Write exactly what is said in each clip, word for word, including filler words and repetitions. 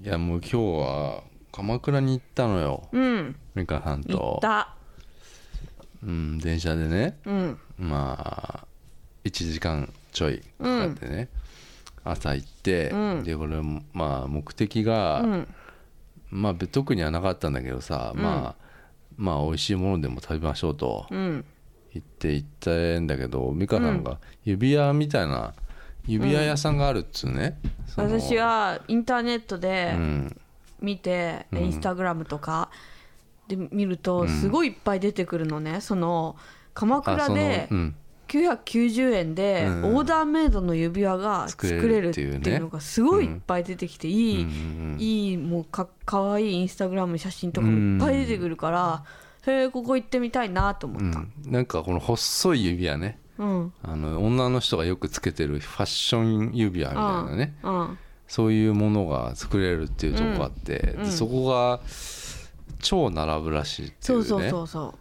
いやもう今日は鎌倉に行ったのよ、 うん、 美香さんと。 行った、 うん、電車でね、 うん、 まあいちじかんちょいかかってね、うん、朝行って、うん、でこれまあ目的が、うん、まあ特にはなかったんだけどさ、うん、まあまあ美味しいものでも食べましょうと、うん、言って行ったんだけど、美香さんが指輪みたいな指輪屋さんがあるっつうね、 うん、私はインターネットで見て、うん、インスタグラムとかで見るとすごいいっぱい出てくるのね、うん、その鎌倉できゅうひゃくきゅうじゅうえんでオーダーメイドの指輪が作れるっていうのがすごいいっぱい出てきて、いい、うん、いいもう か, かわいいインスタグラムの写真とかもいっぱい出てくるから、うん、へえここ行ってみたいなと思った、うん、 なんかこの細い指輪ね、うん、あの女の人がよくつけてるファッション指輪みたいなね、うんうん、そういうものが作れるっていうとこがあって、うん、でそこが超並ぶらしいっていうね。 そうそうそうそう。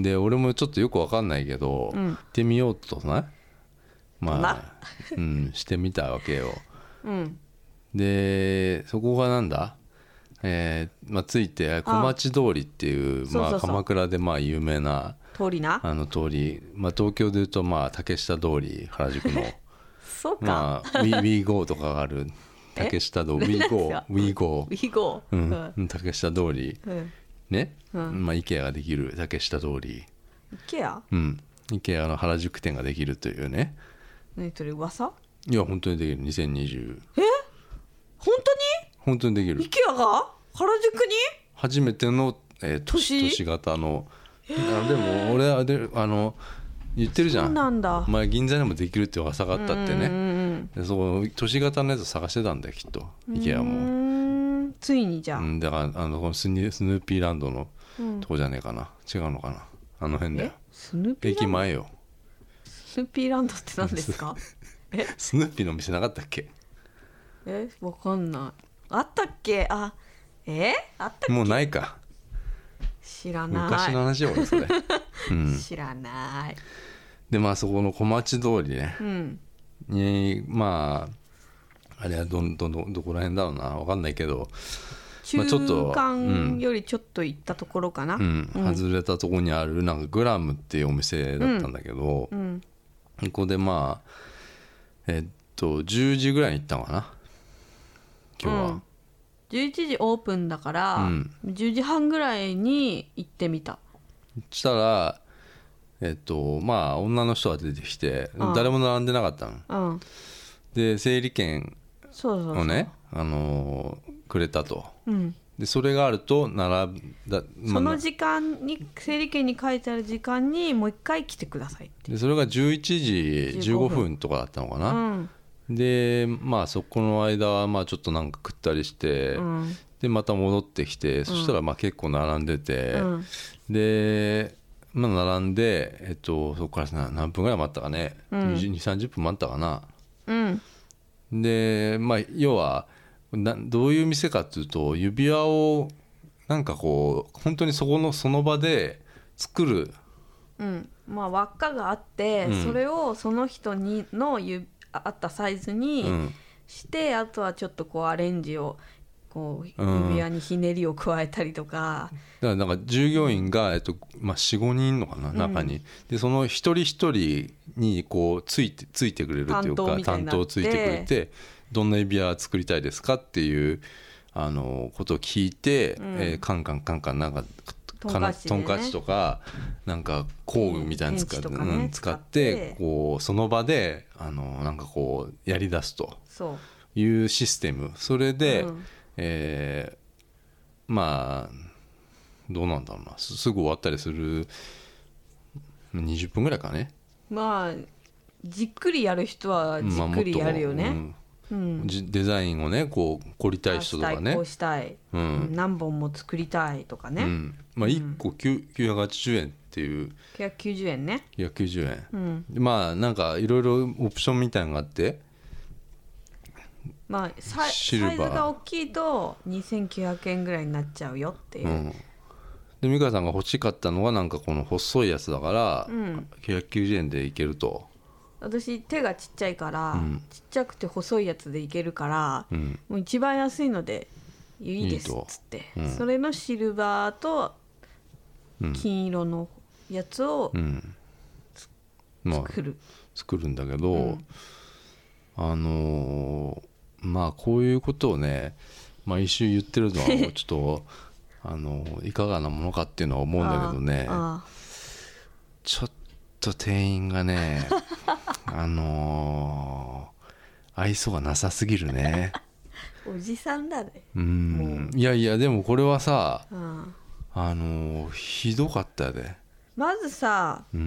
で俺もちょっとよく分かんないけど、うん、行ってみようとね、まあ、うん、してみたわけよ、うん、でそこがなんだ、えーまあ、ついて小町通りっていう、あ、まあ、鎌倉でまあ有名な通りな、 あの通り、まあ、東京でいうとまあ竹下通り原宿のそうか、 まあ、We, We Go とかがある竹下通り We Go We Go We Go、 うん、竹下通り、うん、ね、うん、まあ IKEA ができる竹下通り IKEA？ うん IKEA の原宿店ができるというね。 何それ噂？ いや本当にできるにせんにじゅう。 え本当に？ 本当にできる。 IKEA が原宿に初めての、えー、都, 市都市型の、えー、でも俺はであの言ってるじゃん。 そうなんだ。 前銀座でもできるって噂があったってね、うんうんうん、そう都市型のやつ探してたんだよきっと IKEA も。 ついにじゃあ、うん、 だからあのこのスヌ、スヌーピーランドのとこじゃねえかな、うん、違うのかな、あの辺だよ。 スヌーピーランド駅前よ。 スヌーピーランドって何ですか？ えスヌーピーの店なかったっけ？ えわかんない。あったっけ？あえあったっけ？ もうないか。 知らない。 昔の話よ俺それ、 うん、知らない。 でまあそこの小町通りね、うん、にまああれはどどどどこら辺だろうな分かんないけど、 中間よりちょっと行ったところかな、 うんうん、外れたところにあるなんかグラムっていうお店だったんだけど、うんうん、ここでまあえっとじゅうじぐらいに行ったのかな今日は、うん、 じゅういちじオープンだから、うん、じゅうじはんぐらいに行ってみた。 そしたらえっとまあ女の人が出てきて誰も並んでなかったの、うん、で整理券をねあのー、くれたと、うん、でそれがあると並んだ、 まあ、その時間に整理券に書いてある時間にもう一回来てくださいってでそれがじゅういちじじゅうごふんとかだったのかな、うん、でまあそこの間はまあちょっとなんか食ったりして、うん、でまた戻ってきて、そしたらまあ結構並んでて、うん、でまあ並んで、えっと、そこから何分ぐらい待ったかね、うん、にじゅう、さんじゅっぷん待ったかな、うん、でまあ要はなどういう店かっていうと指輪をなんかこう本当にそこのその場で作る、 うんまあ、輪っかがあって、うん、それをその人にのあったサイズにして、うん、あとはちょっとこうアレンジをこう指輪にひねりを加えたりとか、 うん、だからなんか従業員が、えっとまあ、よん、ごにんいるのかな中に、うん、でその一人一人にこうついてついてくれるっていうか担当ついてくれて、どんな指輪作りたいですかっていうあのことを聞いて、うんえー、カンカンカンカンなんかトンカチ、ね、トンカチとかなんか工具みたいなの使って、ねうん、使ってこうその場であのなんかこうやり出すというシステム。それで、うんえー、まあどうなんだろうな す, すぐ終わったりするにじゅっぷんぐらいかね。 まあじっくりやる人はじっくりやるよね、まあうんうん、 デザインをねこう凝りたい人とかねこうしたい、うん、何本も作りたいとかね、うんまあ、いっこきゅうひゃくはちじゅうえんっていうきゅうひゃくきゅうじゅうえんねきゅうひゃくきゅうじゅうえん、うん、まあなんかいろいろオプションみたいなのがあって、 まあ、サ, サイズが大きいとにせんきゅうひゃくえんぐらいになっちゃうよっていう、うん、 で美香さんが欲しかったのはなんかこの細いやつだから、うん、きゅうひゃくきゅうじゅうえんでいけると。 私手がちっちゃいから、うん、ちっちゃくて細いやつでいけるから、うん、もう一番安いのでいいですっつって、うん、それのシルバーと金色のやつを、うん、作る、 まあ、作るんだけど、うん、あのー、まあこういうことをね毎週言ってるのはちょっとあのいかがなものかっていうのは思うんだけどね、ああちょっと店員がねあのー、愛想がなさすぎるねおじさんだね。 うんいやいやでもこれはさ、うん、あのー、ひどかったよね。 まずさ、うん、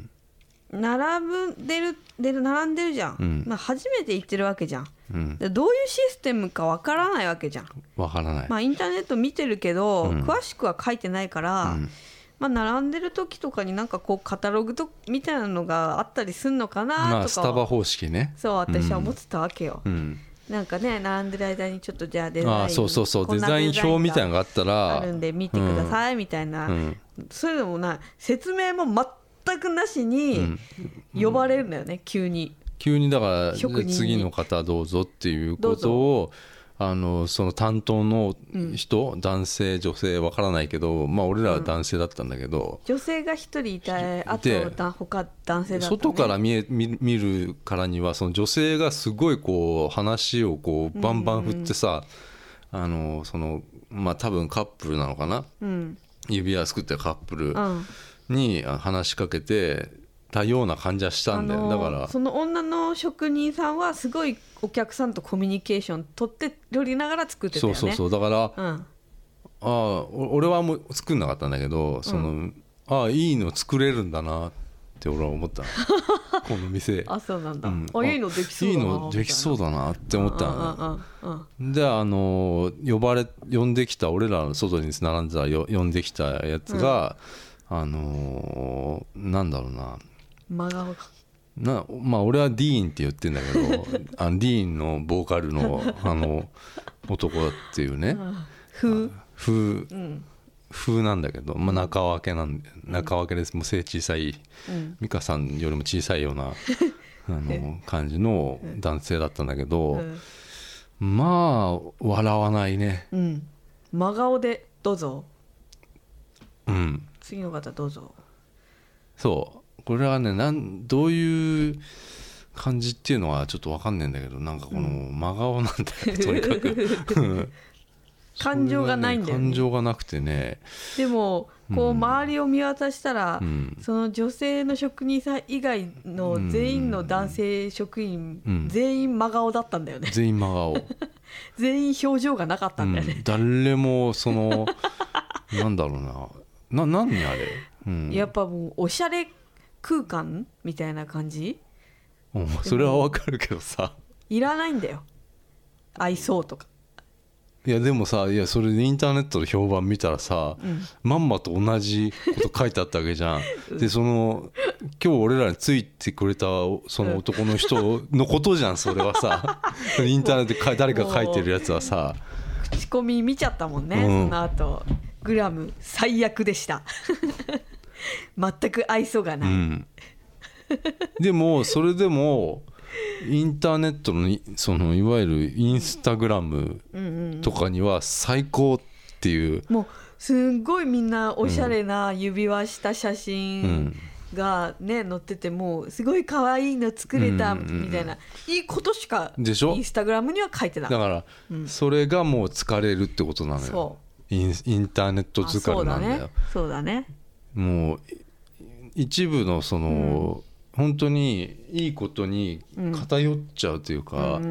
並んでるで並んでるじゃん、うんまあ、初めて行ってるわけじゃん、うん、でどういうシステムかわからないわけじゃん。 わからない、 まあ、インターネット見てるけど、うん、詳しくは書いてないから、うんまあ、並んでる時とかになんかこうカタログとみたいなのがあったりするのかなとか、まあ、 スタバ方式ね。 そう私は思ってたわけよ、うんなんかね並んでる間にちょっとじゃあデザインあそうそうそうデザイン表みたいなのがあったらあるんで見てくださいみたいな、うん、そういうのもない説明も全くなしに呼ばれるんだよね、うん、急に急にだから次の方どうぞっていうことをあのその担当の人、うん、男性女性わからないけどまあ俺らは男性だったんだけど、 うん、女性が一人いたあと他男性だった、ね、 外から見え 見, 見るからにはその女性がすごいこう話をこうバンバン振ってさ、うんうん、あのそのまあ多分カップルなのかな、うん、指輪作ってるカップルに話しかけてたような感じはしたんだよ。だからその女の職人さんはすごいお客さんとコミュニケーション取ってよりながら作ってたよね。 そうそうそうだから、うん、あ俺はもう作んなかったんだけどその、うん、あいいの作れるんだなって俺は思ったこの店あそうなんだ、うん、あいいのできそうだないいのできそうだなって思ったの、ね、であの呼ばれ呼んできた俺らの外に並んでたよ呼んできたやつが、うん、あのなんだろうな真顔なまあ俺はディーンって言ってんだけどあのディーンのボーカルのあの男っていうね風風、うん、風なんだけど、まあ、中分けなんで、うん、中分けですもう背小さい、うん、美香さんよりも小さいようなあの感じの男性だったんだけど、うんうん、まあ笑わないね、 うん、真顔でどうぞ、 うん、 次の方どうぞ。 そうこれはねなんどういう感じっていうのはちょっと分かんないんだけどなんかこの真顔なんだよ、うん、とにかく感情がないんだよね。 感情がなくてねでもこう周りを見渡したら、うん、その女性の職人さん以外の全員の男性職員、うん、全員真顔だったんだよね。 全員真顔全員表情がなかったんだよね、 うん、誰もそのなんだろうなな何あれ、 うん、やっぱもうおしゃれ空間みたいな感じ。 それはわかるけどさいらないんだよ愛想とか。 いやでもさいやそれでインターネットの評判見たらさ、うん、まんまと同じこと書いてあったわけじゃん、うん、でその今日俺らについてくれたその男の人のことじゃんそれはさインターネットで誰か書いてるやつはさ口コミ見ちゃったもんね、うん、その後グラム最悪でした全く愛想がない、うん、 でもそれでもインターネットのそのいわゆるインスタグラムとかには最高っていう、うんうんうん、 もうすごいみんなおしゃれな指輪した写真がね、うん、載っててもうすごい可愛いの作れたみたいな、うんうんうん、いいことしかインスタグラムには書いてない。 だから、うん、それがもう疲れるってことなのよ。そうイン、インターネット疲れなんだよ。 そうだね。 もう一部のその、うん、本当にいいことに偏っちゃうというか、うんうんうんうん、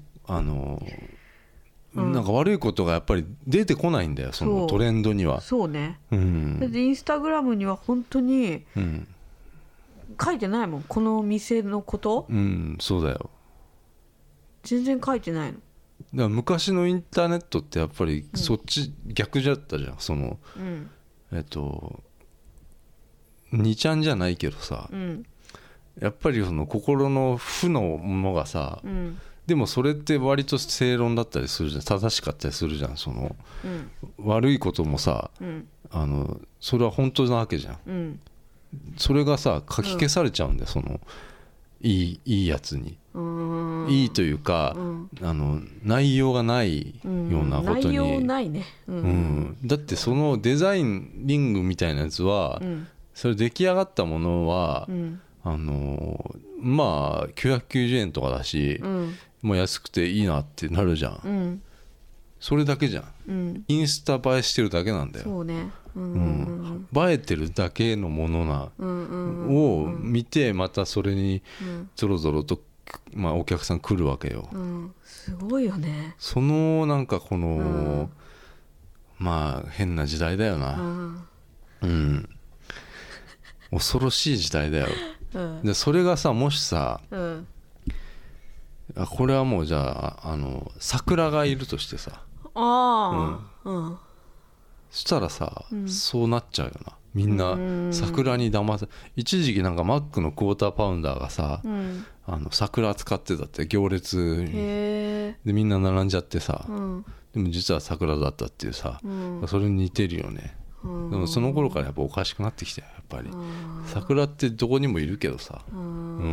あの、うん、なんか悪いことがやっぱり出てこないんだよそのトレンドには。 そうね、うん、だってインスタグラムには本当に書いてないもんこの店のこと。 うん、そうだよ。 全然書いてないの。 だから昔のインターネットってやっぱりそっち逆だったじゃん、その、うん、えっとにちゃんじゃないけどさ、うん、やっぱりその心の負のものがさ、うん、でもそれって割と正論だったりするじゃん、正しかったりするじゃん、その、うん、悪いこともさ、うん、あのそれは本当なわけじゃん、うん、それがさ書き消されちゃうんだよ、そのいい、いいやつに。 うんいいというか、 うん、 あの内容がないようなことに、 うん、内容ないね、うんうん、 だってそのデザインリングみたいなやつは、うん、それ出来上がったものは、うん、あのまあきゅうひゃくきゅうじゅうえんとかだし、うん、もう安くていいなってなるじゃん、うん、それだけじゃん、うん、インスタ映えしてるだけなんだよ。 そうね、うんうんうん、映えてるだけのものな、うんうんうん、を見てまたそれにぞろぞろと、まあ、お客さん来るわけよ、 うん、すごいよね。 そのなんかこの、うん、まあ変な時代だよな、うん、うん、恐ろしい時代だよ、うん、でそれがさもしさ、うん、これはもうじゃあ、あの桜がいるとしてさ、あ、うんうん、そしたらさ、うん、そうなっちゃうよな。みんな桜に騙さ、一時期なんかマックのクォーターパウンダーがさ、うん、あの桜使ってたって行列にでみんな並んじゃってさ、うん、でも実は桜だったっていうさ、うん、それに似てるよね、うん、でもその頃からやっぱおかしくなってきたよやっぱり、うん、桜ってどこにもいるけどさ、うんうん、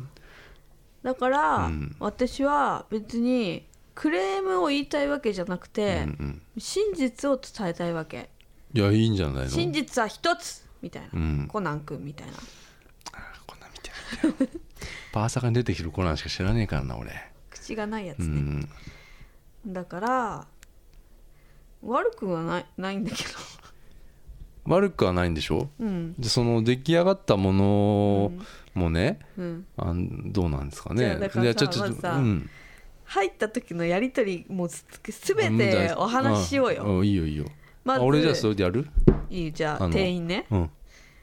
だから、うん、私は別にクレームを言いたいわけじゃなくて、うんうん、真実を伝えたいわけ。 いやいいんじゃないの。 真実は一つみたいな、うん、コナン君みたいな。 あコナンみたいなパーサカに出てきるコナンしか知らねえからな俺。 口がないやつね、うん、だから悪くはない、ないんだけど悪くはないんでしょ、うん、でその出来上がったものもね、うん、あどうなんですかね。 じゃあだからさ、ちょっとまずさ、うん、入った時のやり取りもうすべてお話ししようよ。 ああいいよいいよ、まず俺じゃあそれでやる。 いいじゃあ店員ね、うん、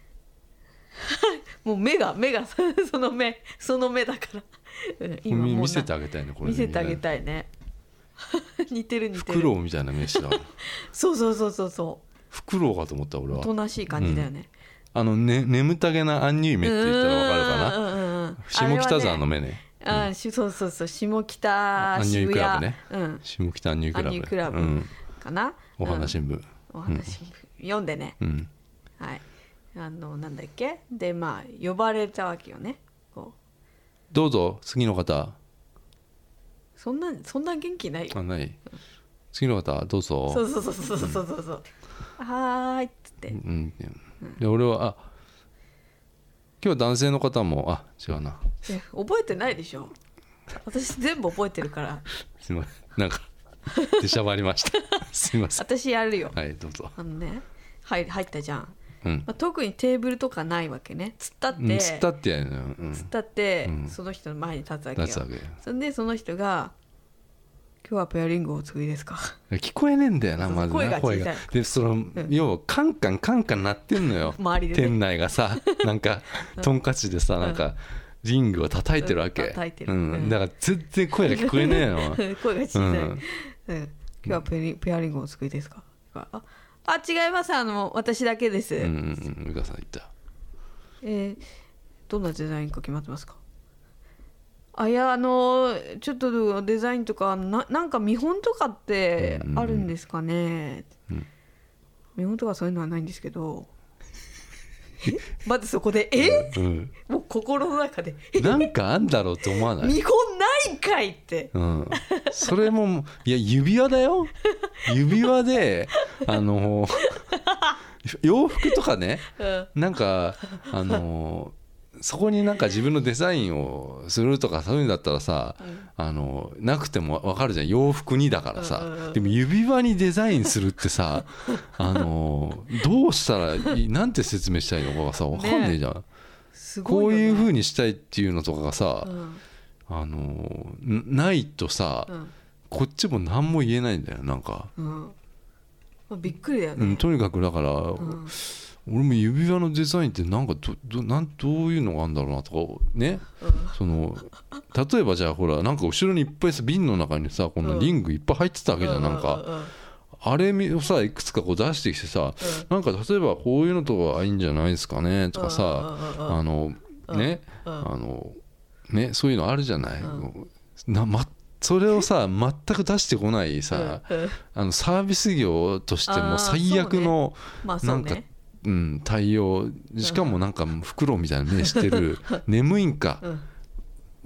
もう目が目がその目その目だから今もう見せてあげたいねこれ見せてあげたいね似てる似てる。 フクロウみたいな名刺だそうそうそうそうそう。 フクロウかと思った俺は。 おとなしい感じだよね、 うん、あのね眠たげなアンニュイ目って言ったら分かるかな、うんうんうん、下北沢の目ね。 あ、うん、そうそうそう下北アンニュイクラブね、うん、下北アンニュイクラブ、アンニュイクラブ、うん、 かな。 お花新聞、うん、 お花新聞、うん、読んでね、うん、はい、あのなんだっけでまあ呼ばれたわけよね。こうどうぞ次の方。 そんなそんな元気ない。 あない、うん、次の方どうぞ。 そうそうそうそうそうそうそう、うん、はーいっつって、うんうん、で俺はあ今日は男性の方もあ違うな覚えてないでしょ。私全部覚えてるからすいませんなんか出しゃばりましたすいません。 私やるよ。 はいどうぞ。 あのね入ったじゃん、うんまあ、特にテーブルとかないわけね。つったって、うん、 つったってやるの、うん、 つったって、うん、その人の前に立つわけよ。立つわけよ。そんでその人が今日はペアリングをお作りですか。 聞こえねえんだよなまずな声が小さい。 でその、うん、要はカンカンカンカン鳴ってんのよ周りで、ね、 店内がさなんかトンカチでさ、うん、なんかリングを叩いてるわけ、うん、 叩いてる、 うん、だから全然声が聞こえねえの声が小さい、うんうん、今日はペ, ペアリングをお作りですか。ああ違いますあの私だけです。うんうんうん美香さん言った。 えー、どんなデザインか決まってますか。あいやあのちょっとデザインとか な, なんか見本とかってあるんですかね、うんうん、見本とかそういうのはないんですけどまずそこでえ、うん、もう心の中でなんかあんだろうって思わない。 見本ないんかいって、うん、 それもいや指輪だよ指輪であの洋服とかね、うん、なんかあのそこになんか自分のデザインをするとかそういうんだったらさ、うん、あのなくても分かるじゃん洋服にだからさ、うんうんうん、でも指輪にデザインするってさあのどうしたらいいなんて説明したいのかがさ分かんねえじゃん、ね、こういう風にしたいっていうのとかがさ、うん、あのないとさ、うん、こっちも何も言えないんだよなんか、うんまあ、びっくりだよね、 うん、とにかくだから、うん俺も指輪のデザインってなんか ど, ど, なんどういうのがあるんだろうなとかね、うん、その例えばじゃあほらなんか後ろにいっぱいさ瓶の中にさこのリングいっぱい入ってたわけじゃん、うん、なんか、うん、あれをさいくつかこう出してきてさ、うん、なんか例えばこういうのとかいいんじゃないですかねとかさ、うん、あのね、うん、あのねそういうのあるじゃない、うん、なまそれをさ全く出してこないさ、うん、あのサービス業としても最悪の、ねまあそうね、なんかうん、対応しかもなんか袋みたいな目してる眠いんか、うん、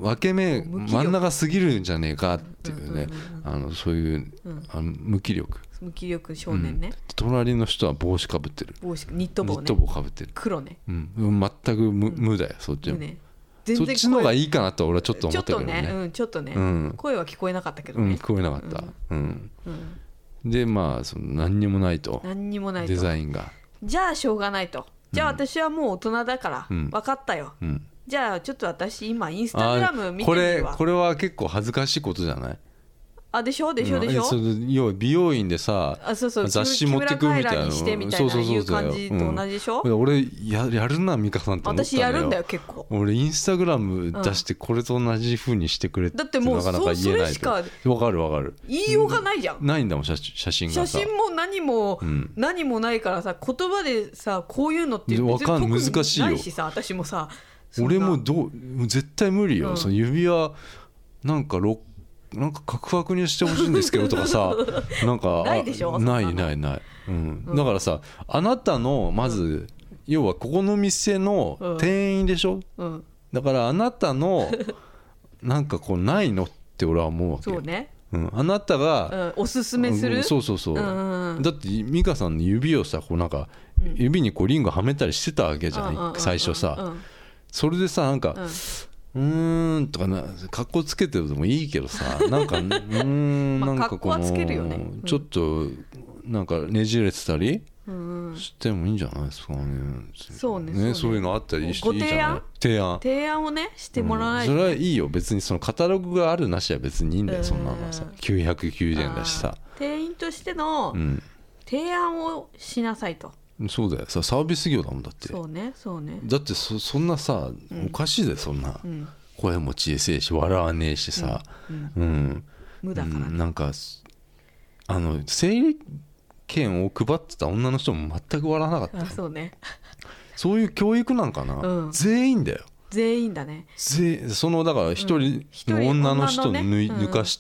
分け目真ん中すぎるんじゃねえかっていうね、あのそういう、うん、あの無気力無気力少年ね、うん、 隣の人は帽子かぶってる、 帽子ニット帽ね、 ニット帽かぶってる、 黒ね、 うん、全く 無,、うん、無だよそっちの、ね、そっちの方がいいかなと俺はちょっと思ったけどね、 ちょっとね、うん、ちょっとね、うん、声は聞こえなかったけどね、 うん、聞こえなかった、うんうんうん、でまあその何にもないと、 何にもないとデザインが、 じゃあしょうがないと、じゃあ私はもう大人だから、うん、分かったよ、うん、じゃあちょっと私今インスタグラム見てみるわ。 これこれは結構恥ずかしいことじゃない？ あでしょでしょでしょ、 うん、要は美容院でさ、 あそうそう雑誌持ってくみたいな、 してみたいないう感じと同じでしょ、うん、 俺 や, やるな美香さんって思ったんだよ。 私やるんだよ結構。 俺インスタグラム出してこれと同じ風にしてくれって、 だってもうなかなか言えないと。わかるわかる、 言いようがないじゃん、 うん、ないんだもん 写, 写真がさ、 写真も何も、うん、何もないからさ、言葉でさこういうのって別に特に難しいないしさ、私もさ俺もどう絶対無理よ、うん、その指輪なんかろなんか角白にしてほしいんですけどとかさなんかないでしょ、 ないないない、うんうん、だからさあなたのまず、うん、要はここの店の店員でしょ、うん、だからあなたのなんかこうないのって俺は思うわけ。 そうね、 うん、あなたが、 うん、おすすめする、 うん、そうそうそう、うんうん、だって美香さんの指をさこうなんか、うん、指にこうリングはめたりしてたわけじゃん、うん、最初さ、うんうん、それでさなんか、うんうーんとかなかっこつけてるのもいいけどさなんかうーんなんかこのちょっとなんかねじれてたりしてもいいんじゃないですかね。 そうね、 ね、そういうのあったりしていいじゃない。提案提案をねしてもらわないと、 うん、それはいいよ別にそのカタログがあるなしは別にいいんだよ、そんなのはさきゅうひゃくきゅうじゅうえんだしさ、 店員としての提案をしなさいと、 うん、そうだよさ、サービス業だもんだって。 そうねそうね、 だって そ, そんなさ、うん、おかしいでそんな、うん、声も小さいし笑わねえしさ、うんうん、 無だから、ね、 うん、なんかあの整理券を配ってた女の人も全く笑わなかった。 あそうねそういう教育なんかな、うん、全員だよ全員だね。 そのだから一人の女の人を 抜,、ね、抜かして、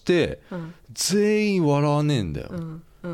うん、全員笑わねえんだよ、うんうんうん、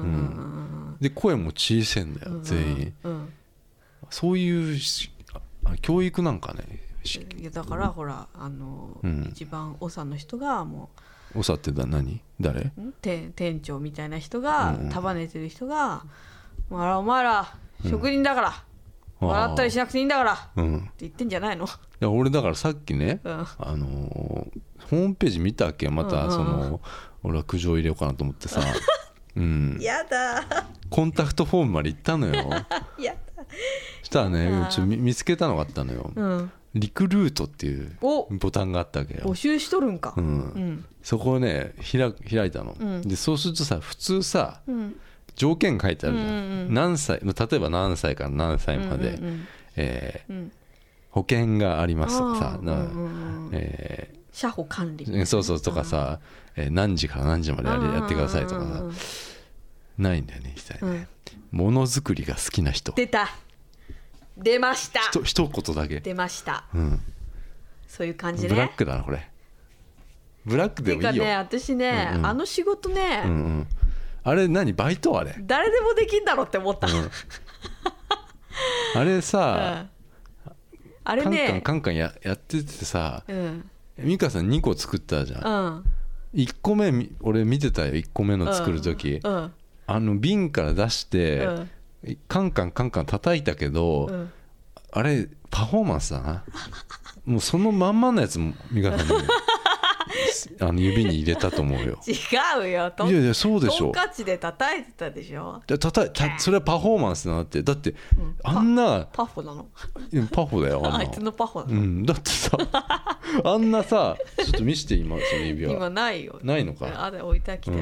で声も小さいんだよ、うん、全員、うん、そういう教育なんかね。 いやだからほらあの、うん、一番長の人がもう長って何誰店, 店長みたいな人が、うん、束ねてる人が、うん、お前ら職人だから、うん、笑ったりしなくていいんだから、うん、って言ってんじゃないの。いや俺だからさっきね、うん、あのー、ホームページ見たっけまたその、うんうん、俺は苦情入れようかなと思ってさうん、 やだコンタクトフォームまで行ったのよやだしたらねうち見つけたのがあったのよ、うん、リクルートっていうボタンがあったわけよ。 募集しとるんか、 うんうん、そこをね開, 開いたの、うん、でそうするとさ普通さ、うん、条件書いてあるじゃん、うんうん、何歳例えば何歳から何歳まで、うんうんうんえーうん、保険がありますとかさ、うんうんうんえー、 車保管理そうそうとかさ、えー、何時から何時までやってくださいとかさないんだよねみたいな、うん、ものづくりが好きな人出た出ましたひと一言だけ出ました、うん、そういう感じね。 ブラックだなこれ。ブラックでもいいよ。 てかね私ね、うんうん、あの仕事ね、うんうん、 あれ何バイトあれ誰でもできんだろって思った、うん、 あれさ、 うん、あれねカンカンカンカン や, やっててさ、うん、美香さんにこ作ったじゃん、うん、いっこめ俺見てたよいっこめの作る時、うんうん、あの瓶から出して、うんカンカンカンカン叩いたけど、うん、あれパフォーマンスだなもうそのまんまのやつも美香さんにあの指に入れたと思うよ。 違うよいやいやそうでしょトンカチで叩いてたでしょ。 叩いたそれはパフォーマンスだなってだって、うん、あんなパフォなのパフォだよあんなあいつのパフォなの、うん、だってさあんなさちょっと見せて今その指輪今ないよないのかあれ置いてきたよ、うん、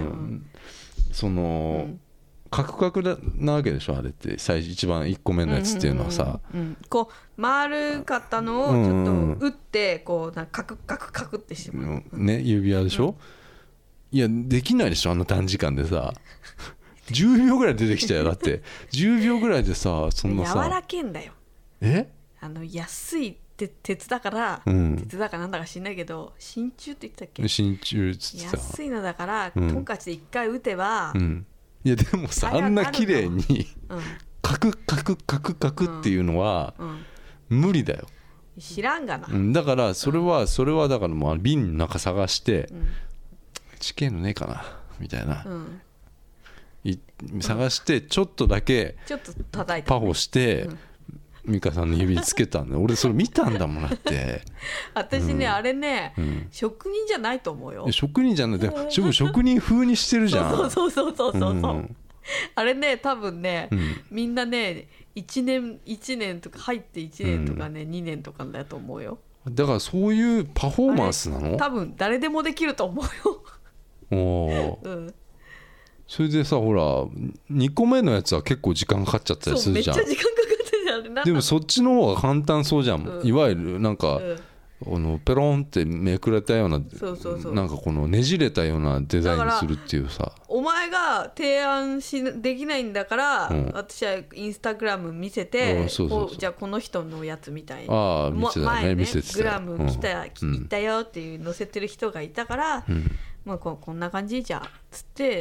その、うんカクカクなわけでしょあれって最初一番いっこめのやつっていうのはさ、 うんうんうん、こう丸かったのをちょっと打ってこうなんかカクカクカクってしてもらう、 うん、ね指輪でしょ、うん、いやできないでしょあの短時間でさじゅうびょうぐらい出てきちゃうよだってじゅうびょうぐらいでさそんなさ柔らけんだよえあの安いって鉄だから、うん、鉄だかなんだか知んないけど真鍮って言ってたっけ真鍮っつってた安いのだから、うん、トンカチで一回打てば、うんいやでもさあんな綺麗にカクカクカクカクっていうのは無理だよ。 知らんがな、 うん、だからそれは、うん、それはだからもう瓶の中探して、うん、チケーのねえかなみたいな、うん、い探してちょっとだけちょっと叩いてパフォして、うん、美香さんの指につけたんだ俺それ見たんだもんだって私ね、うん、あれね、うん、職人じゃないと思うよ。 職人じゃないでも職人風にしてるじゃんそうそうそうそうそうそう、うん、あれね多分ね、うん、みんなねいちねんいちねんとか入っていちねんとかね、うん、にねんとかだと思うよ。 だからそういうパフォーマンスなの？ 多分誰でもできると思うよお、うん、それでさほらにこめのやつは結構時間かかっちゃったりするじゃん。 そうめっちゃ時間かかってるじゃん。 でもそっちの方が簡単そうじゃん、うん、いわゆるなんか、うんこのペロンってめくれたようなそうそうそうなんかこのねじれたようなデザインにするっていうさお前が提案しできないんだから、うん、私はインスタグラム見せて、うん、そうそうそうじゃあこの人のやつみたいにあ見せたね前ね見せてたグラム来た、うん、来たよっていう載せてる人がいたから、うんまあ、こ, こんな感じじゃつって、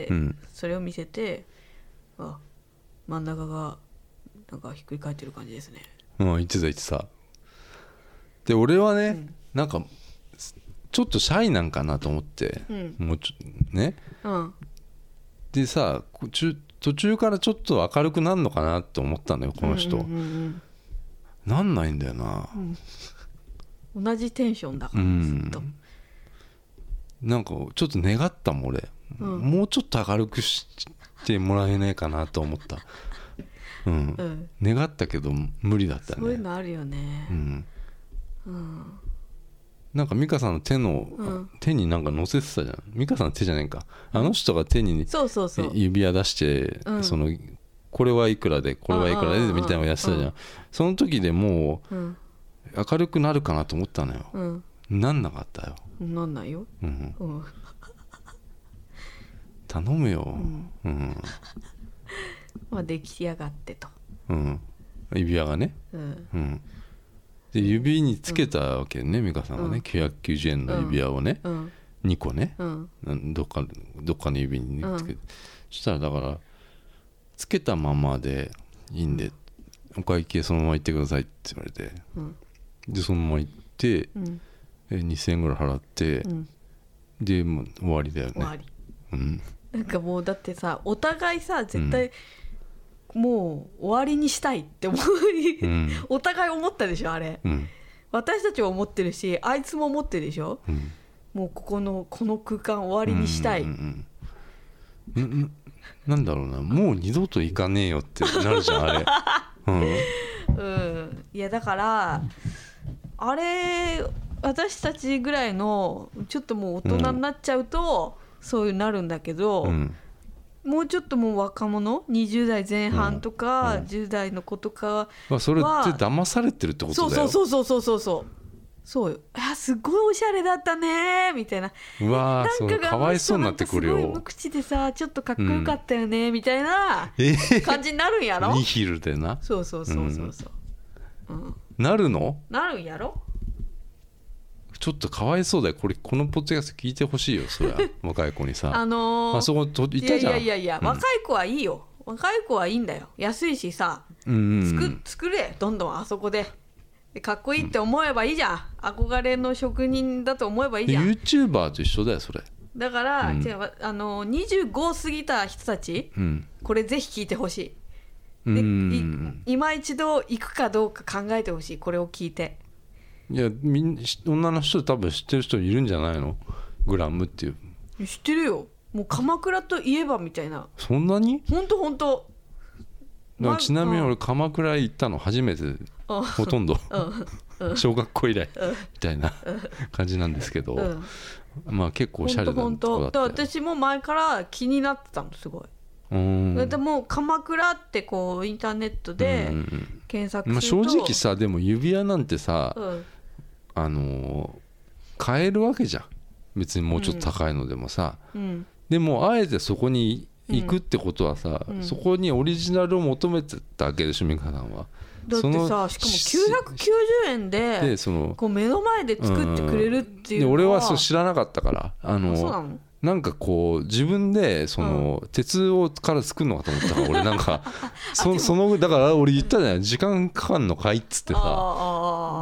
うん、それを見せてあ真ん中がなんかひっくり返ってる感じですね。 うん言ってた言ってた。で俺はね、うん、なんかちょっとシャイなんかなと思って、うん、もうちょね、うん、でさ途中からちょっと明るくなるのかなって思ったのよこの人、うんうんうんうん、なんないんだよな、 うん、同じテンションだから、うん、ずっとなんかちょっと願ったもん俺、うん、もうちょっと明るくしてもらえないかなと思った、うんうん、願ったけど無理だったね。 そういうのあるよね、うんうん、なんか美香さんの手の、うん、手になんか乗せてたじゃん。美香さんの手じゃないかあの人が手にそうそうそう指輪出して、うん、そのこれはいくらでこれはいくらでみたいなのをやってたじゃん、うん、その時でもう、うん、明るくなるかなと思ったのよ、うん、なんなかったよ。 なんないよ、うんうん、 頼むよ、うんうん、 まあ出来上がってと、 うん、指輪がね、うんうんで指につけたわけね、美香さんがね、うん、きゅうひゃくきゅうじゅうえんの指輪をね、うん、にこね、うん、どっかどっかの指に、ね、つけて、うん、そしたらだからつけたままでいいんでお会計そのまま行ってくださいって言われて、うん、でそのまま行って、うん、えにせんえんぐらい払って、うん、でもう終わりだよね。終わり、 うん、なんかもうだってさお互いさ絶対、うんもう終わりにしたいって思い、うん、お互い思ったでしょあれ、うん、私たちは思ってるしあいつも思ってるでしょ、うん、もうここのこの空間終わりにしたい、うんうんうん、な, なんだろうなもう二度と行かねえよってなるじゃんあれ、 うんうん、いやだからあれ私たちぐらいのちょっともう大人になっちゃうと、うん、そういうなるんだけど、うんもうちょっともう若者にじゅう代前半とか、うんうん、じゅう代の子とかはそれって騙されてるってことだよ。 そうそうそうそうそうそうそうよ。あすごいおしゃれだったねみたいな。 うわーなんかかわいそうになってくるよ。 すごい無口でさちょっとかっこよかったよね、うん、みたいな感じになるんやろ。 ニヒルでな。 そうそうそうそうそう、 うんうん、なるの？ なるんやろ。 ちょっとかわいそうだよこれこのポッドキャスト聞いてほしいよそりゃ若い子にさあのー、 あそこといたじゃん。 いやいやいや、うん、若い子はいいよ若い子はいいんだよ安いしさ、うんうんうん、作, 作れどんどんあそこでかっこいいって思えばいいじゃん、うん、憧れの職人だと思えばいいじゃん。 YouTuber と一緒だよそれだから、うん、あのにじゅうご過ぎた人たち、うん、これぜひ聞いてほしいで、うん、い今一度行くかどうか考えてほしいこれを聞いて。 いやみん女の人多分知ってる人いるんじゃないのグラムっていう。 知ってるよもう鎌倉といえばみたいな。 そんなに？ ほんとほんと。 ちなみに俺鎌倉行ったの初めてほとんど小学校以来みたいな感じなんですけど、うんまあ結構おしゃれなとこだったよ。ほんと私も前から気になってたのすごい。うんでも鎌倉ってこうインターネットで検索すると、 まあ、正直さでも指輪なんてさ、うんあのー、買えるわけじゃん別にもうちょっと高いのでもさ、うん、でもあえてそこに行くってことはさ、うん、そこにオリジナルを求めてたわけでしょ美香さんは。 だってさしかもきゅうひゃくきゅうじゅうえんで、でそのこう目の前で作ってくれるっていうのは、 うん、で俺はそう知らなかったからあのー、あそうなのなんかこう自分でその鉄をから作るのかと思ったから俺なんか そ, そのだから俺言ったじゃない時間かかんのかいっつってさ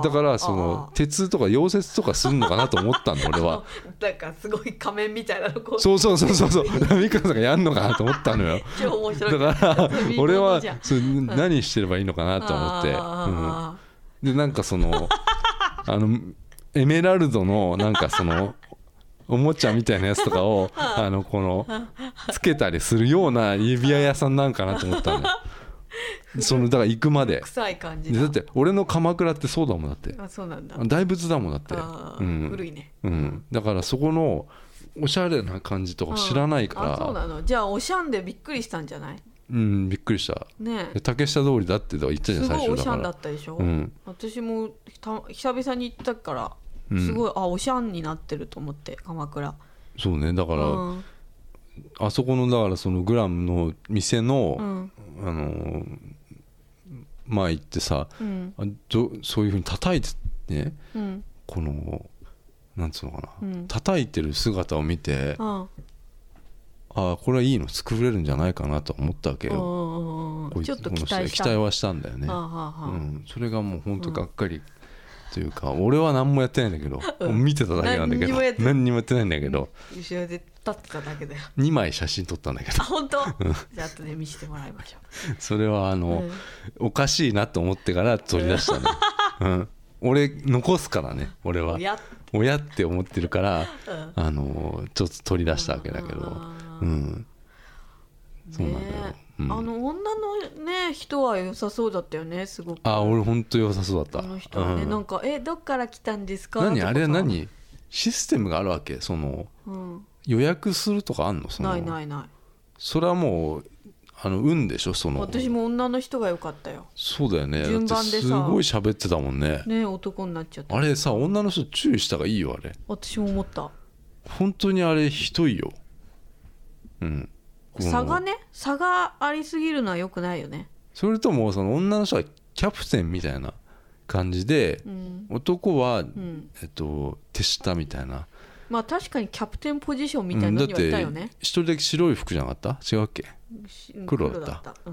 だからその鉄とか溶接とかするのかなと思ったの俺はなんかすごい仮面みたいなのこうそうそうそうそうそう美香さんがやんのかなと思ったのよ超面白いだから俺はそれ何してればいいのかなと思って、うん、でなんかそのあのエメラルドのなんかそのおもちゃみたいなやつとかをあのこのつけたりするような指輪屋さんなんかなと思ったのよそのだから行くまで臭い感じだ。 だって俺の鎌倉ってそうだもんだって。 あ、そうなんだ。 大仏だもんだって。 うん、古いね、 うん、だからそこのおしゃれな感じとか知らないから。 あ、そうなの。じゃあおしゃんでびっくりしたんじゃない？ うん、びっくりしたね。 竹下通りだって言ったじゃん最初だから。 すごいおしゃんだったでしょ、うん、私もた久々に行ったからすごい、うん、あ、おしゃんになってると思って鎌倉。 そうね、だから、うん、あそこのだからそのグラムの店の、うん、あの前行ってさ、うん、あどそういう風に叩いてね、うん、このなんつうのかな、うん、叩いてる姿を見て、ああこれはいいの作れるんじゃないかなと思ったわけよ。 ちょっと期待した。 期待はしたんだよね。ああ、うん、それがもう本当がっかり、うん、というか俺は何もやってないんだけど、うん、見てただけなんだけど何にもやってないんだけど、 後ろで立ってただけだよ。 にまい写真撮ったんだけど。 あ、本当？じゃあ後で見せてもらいましょうそれはあの、うん、おかしいなと思ってから取り出したね、うん、俺残すからね俺は親って思ってるから、うん、あのちょっと取り出したわけだけど、うん、そうなんだよ、うん、 あの女のね人は良さそうだったよねすごく。 あ、俺本当良さそうだった。 あの人はね、うん、なんかえどっから来たんですか。 何あれは何システムがあるわけその、うん、予約するとかあんのその。 ないないない。 それはもうあの運でしょその。 私も女の人が良かったよ。 そうだよね。 順番でさすごい喋ってたもんね。 ね、男になっちゃった。 あれさ女の人注意した方がいいよあれ。 私も思った。 本当にあれひどいよ。うん。 差がね差がありすぎるのは良くないよね。 それともその女の人はキャプテンみたいな感じで、うん、男は、うん、えっと手下みたいな。 まあ確かにキャプテンポジションみたいなのにはいたよね、うん、だって一人だけ白い服じゃなかった違うっけ。黒だった。った、うん、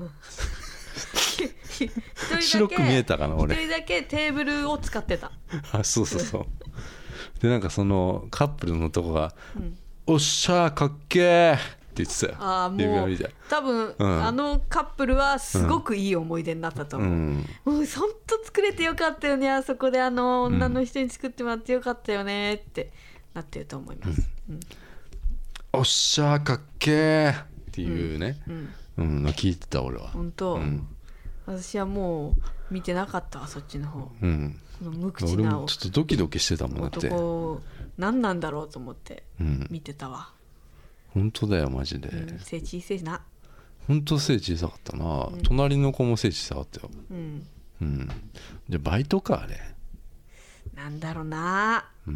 白く見えたかな俺。 一人だけテーブルを使ってたあ、そうそうそうでなんかそのカップルのとこが、うん、おっしゃーかっけーって言ってたよ。 ああもう多分、うん、あのカップルはすごくいい思い出になったと思う、うん、もうほんと作れてよかったよねあそこであの女の人に作ってもらってよかったよねってなってると思います、うんうん、 おっしゃーかっけーっていうね、うんうんうん、聞いてた俺は。 本当、うん、私はもう見てなかったわそっちの方、うん、この無口な俺もちょっとドキドキしてたもんだって。 男何なんだろうと思って見てたわ、 うん、本当だよマジで、 うん、背小さいな。 本当背小さかったな、うん、隣の子も背小さかったよ、うんうん、でバイトかあれなんだろうな、 うん、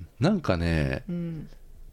なんかね、うん、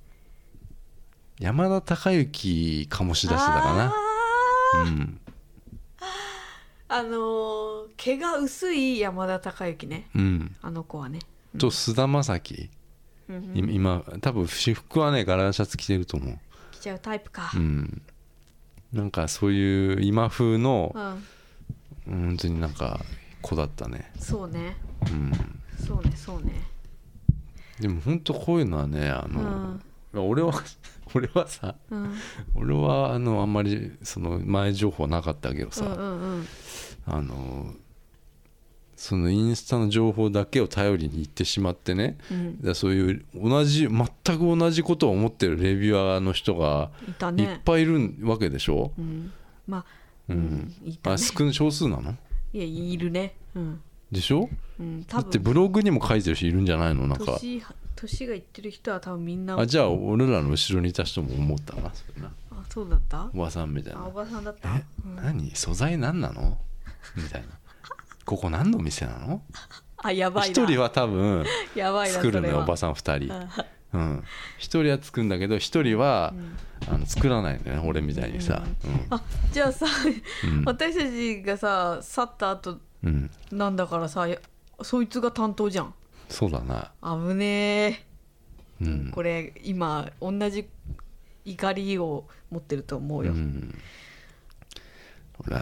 山田孝之醸し出してたかな。うん、 あのー、毛が薄い山田孝之ね、うん、あの子はね、 うん、と菅田将暉、うんうん、今多分私服はね柄シャツ着てると思う。 着ちゃうタイプか、 うん、なんかそういう今風の、うん、本当になんか子だったね。 そうね、うん、そうねそうね。 でも本当こういうのはねあの、うん、俺は俺はさ、うん、俺はあのあんまりその前情報なかったけどさ、うんうんうん、あのそのインスタの情報だけを頼りに行ってしまってね、うん、だそういう同じ全く同じことを思ってるレビュアーの人がいっぱいいるわけでしょ、うん、まあ、うん、いたね、あ少少数なの？ いやいるね、うん、 でしょ、うん、多分だってブログにも書いてる人いるんじゃないの？なんか年年がいってる人は多分みんな。 あ、じゃあ俺らの後ろにいた人も思ったなそれな。 あ、そうだった？ おばさんみたいな。 あ、おばさんだった。 え、うん、何素材何なのみたいなここ何の店なの？ あ、やばいな。 一人は多分やばいな作るのよおばさん二人、うん、一人は作るんだけど一人は、うん、あの作らないのよね俺みたいにさ、うんうん、 あ、じゃあさ、うん、私たちがさ去った後、うん、なんだからさそいつが担当じゃん。 そうだな。 危ねえ、うん、これ今同じ怒りを持ってると思うよ、うん、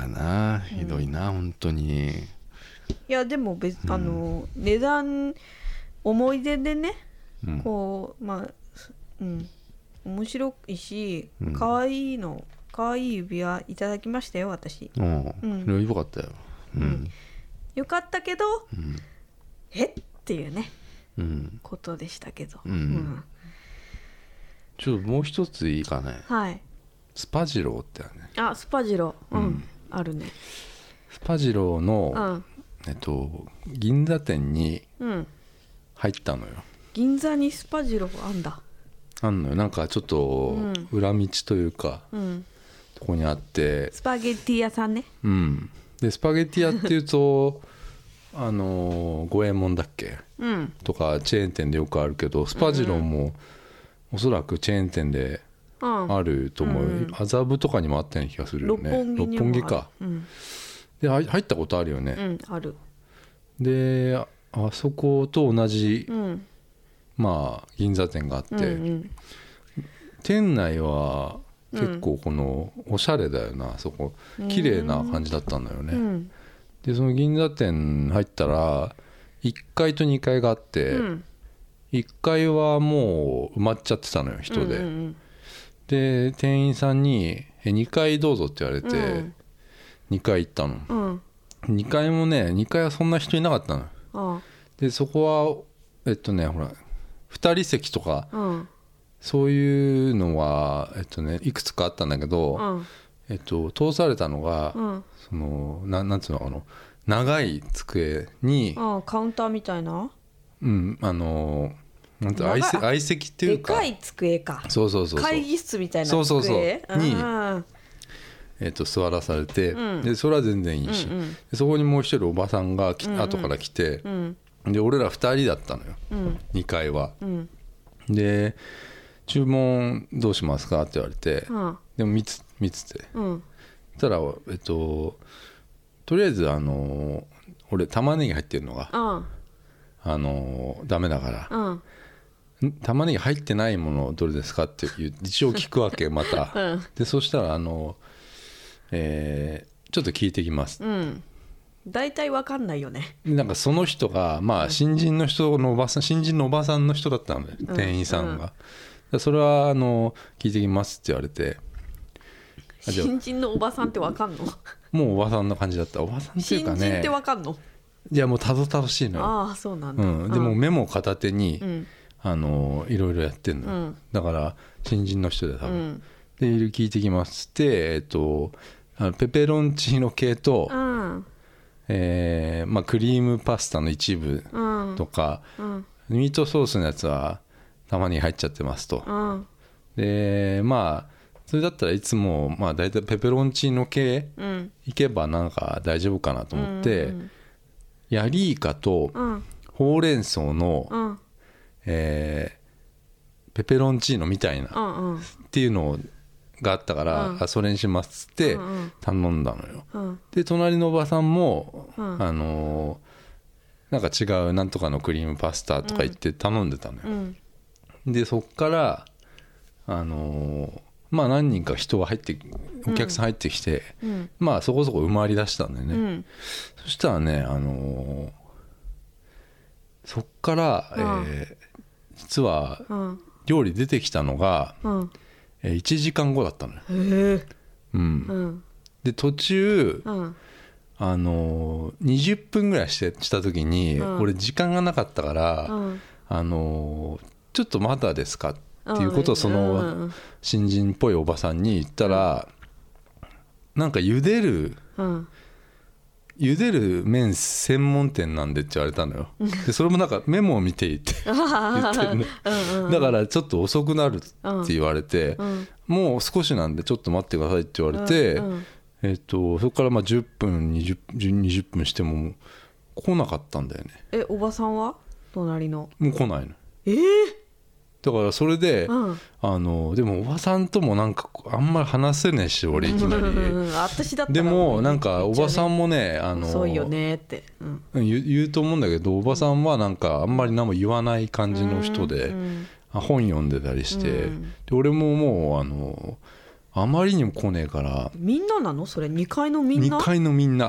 俺はなひどいな、うん、本当にいやでも別、うん、あの値段思い出でね、うん、こうまあうん面白いし可愛いの可愛い指輪いただきましたよ私。 うん、うん、それはよかったよ。うん、うん、 よかったけど、うん、えっていうね、 うん、 ことでしたけど。 うんうん、ちょっともう一ついいかね。 はい。 スパジローってあるね。 あ、スパジロー、うん、うん、あるね。 スパジローの、うん、えっと銀座店に入ったのよ。うん、 銀座にスパジローあんだ。 あんのよ。なんかちょっと裏道というか、うん、とこにあって。 スパゲッティ屋さんね。 うん。でスパゲッティ屋っていうとあの五右衛門だっけ、うん、とかチェーン店でよくあるけど、スパジローもおそらくチェーン店であると思う。麻布とかにもあったような気がするよね。六本木か、うん、で入ったことあるよね。 うん、ある。 で あ, あそこと同じ、うん、まあ銀座店があって、うんうん、店内は結構このおしゃれだよな、そこ綺麗な感じだったんだよね。うん、でその銀座店入ったらいっかいとにかいがあって、うん、いっかいはもう埋まっちゃってたのよ人で、うんうんうん、で店員さんににかいどうぞって言われて、うん、にかい行ったの、うん、にかいもねにかいはそんな人いなかったの、うん、でそこはえっとねほらふたり席とか、うん、そういうのは、えっとね、いくつかあったんだけど、うんえっと、通されたのが、うん、その な, なんつうのあの長い机にああカウンターみたいな、 うんあのなんて相席相席っていうかでかい机かそうそうそうそう会議室みたいな机そうそうそうに、えっと、座らされて、うん、でそれは全然いいし、うんうん、でそこにもう一人おばさんがき、うんうん、後から来て、うん、で俺らふたりだったのよ、うん、にかいは、うん、で注文どうしますかって言われて、うん、でもみつみつって、うん、そしたらえっととりあえずあの俺玉ねぎ入ってるのが、うん、あのダメだから、うん、玉ねぎ入ってないものどれですかって一応聞くわけまた、うん、でそしたらあの、えー、ちょっと聞いてきます、うん、 大体わかんないよね。 なんかその人がまあ新人の人のおばさん新人のおばさんの人だったので、うん、店員さんが、うん、それはあの聞いてきますって言われて、 新人のおばさんってわかんの？ もうおばさんの感じだった。おばさんっていうかね、 新人ってわかんの？ いやもうたどたどしいのよ。 ああそうなんだ、 うん、でもメモ片手に、うん、あのいろいろやってんの、うん、だから新人の人で多分、うん、で聞いてきますって、えっとあのペペロンチーノ系と、うんえーまあ、クリームパスタの一部とか、うん、ミートソースのやつはたまに入っちゃってますと、うん、でまあそれだったらいつもまあ大体ペペロンチーノ系いけばなんか大丈夫かなと思って、うん、ヤリイカとほうれん草の、うんえー、ペペロンチーノみたいなっていうのがあったから、うん、あそれにしますって頼んだのよ、うん、で隣のおばさんも、うん、あのー、なんか違うなんとかのクリームパスタとか言って頼んでたのよ、うんうん、でそっからあのーまあ何人か人が入ってお客さん入ってきて、うん、まあそこそこ埋まりだしたんだよね、うん、そしたらね、あのー、そっから、うんえー、実は料理出てきたのが、うんえー、いちじかんごだったのよ、うんうん、で途中、うんあのー、にじゅっぷんぐらいしてした時に、うん、俺時間がなかったから、うんあのー、ちょっとまだですかっていうことをその新人っぽいおばさんに言ったら、なんか茹でる茹でる麺専門店なんでって言われたのよ。でそれもなんかメモを見ていて言ってるねだからちょっと遅くなるって言われて、もう少しなんでちょっと待ってくださいって言われて、えっとそこからまあじゅっぷんにじゅっぷんしても来なかったんだよね。 えおばさんは隣のもう来ないの。 えーだからそれで、うん、あのでもおばさんともなんかあんまり話せねえし俺いきなり私だったらでもなんかおばさんもねあの遅いよねって、うん、 言う、言うと思うんだけどおばさんはなんかあんまり何も言わない感じの人で、うん、本読んでたりして、うん、で俺ももうあのあまりにも来ねえからみんななのそれにかいのみんなにかいのみんな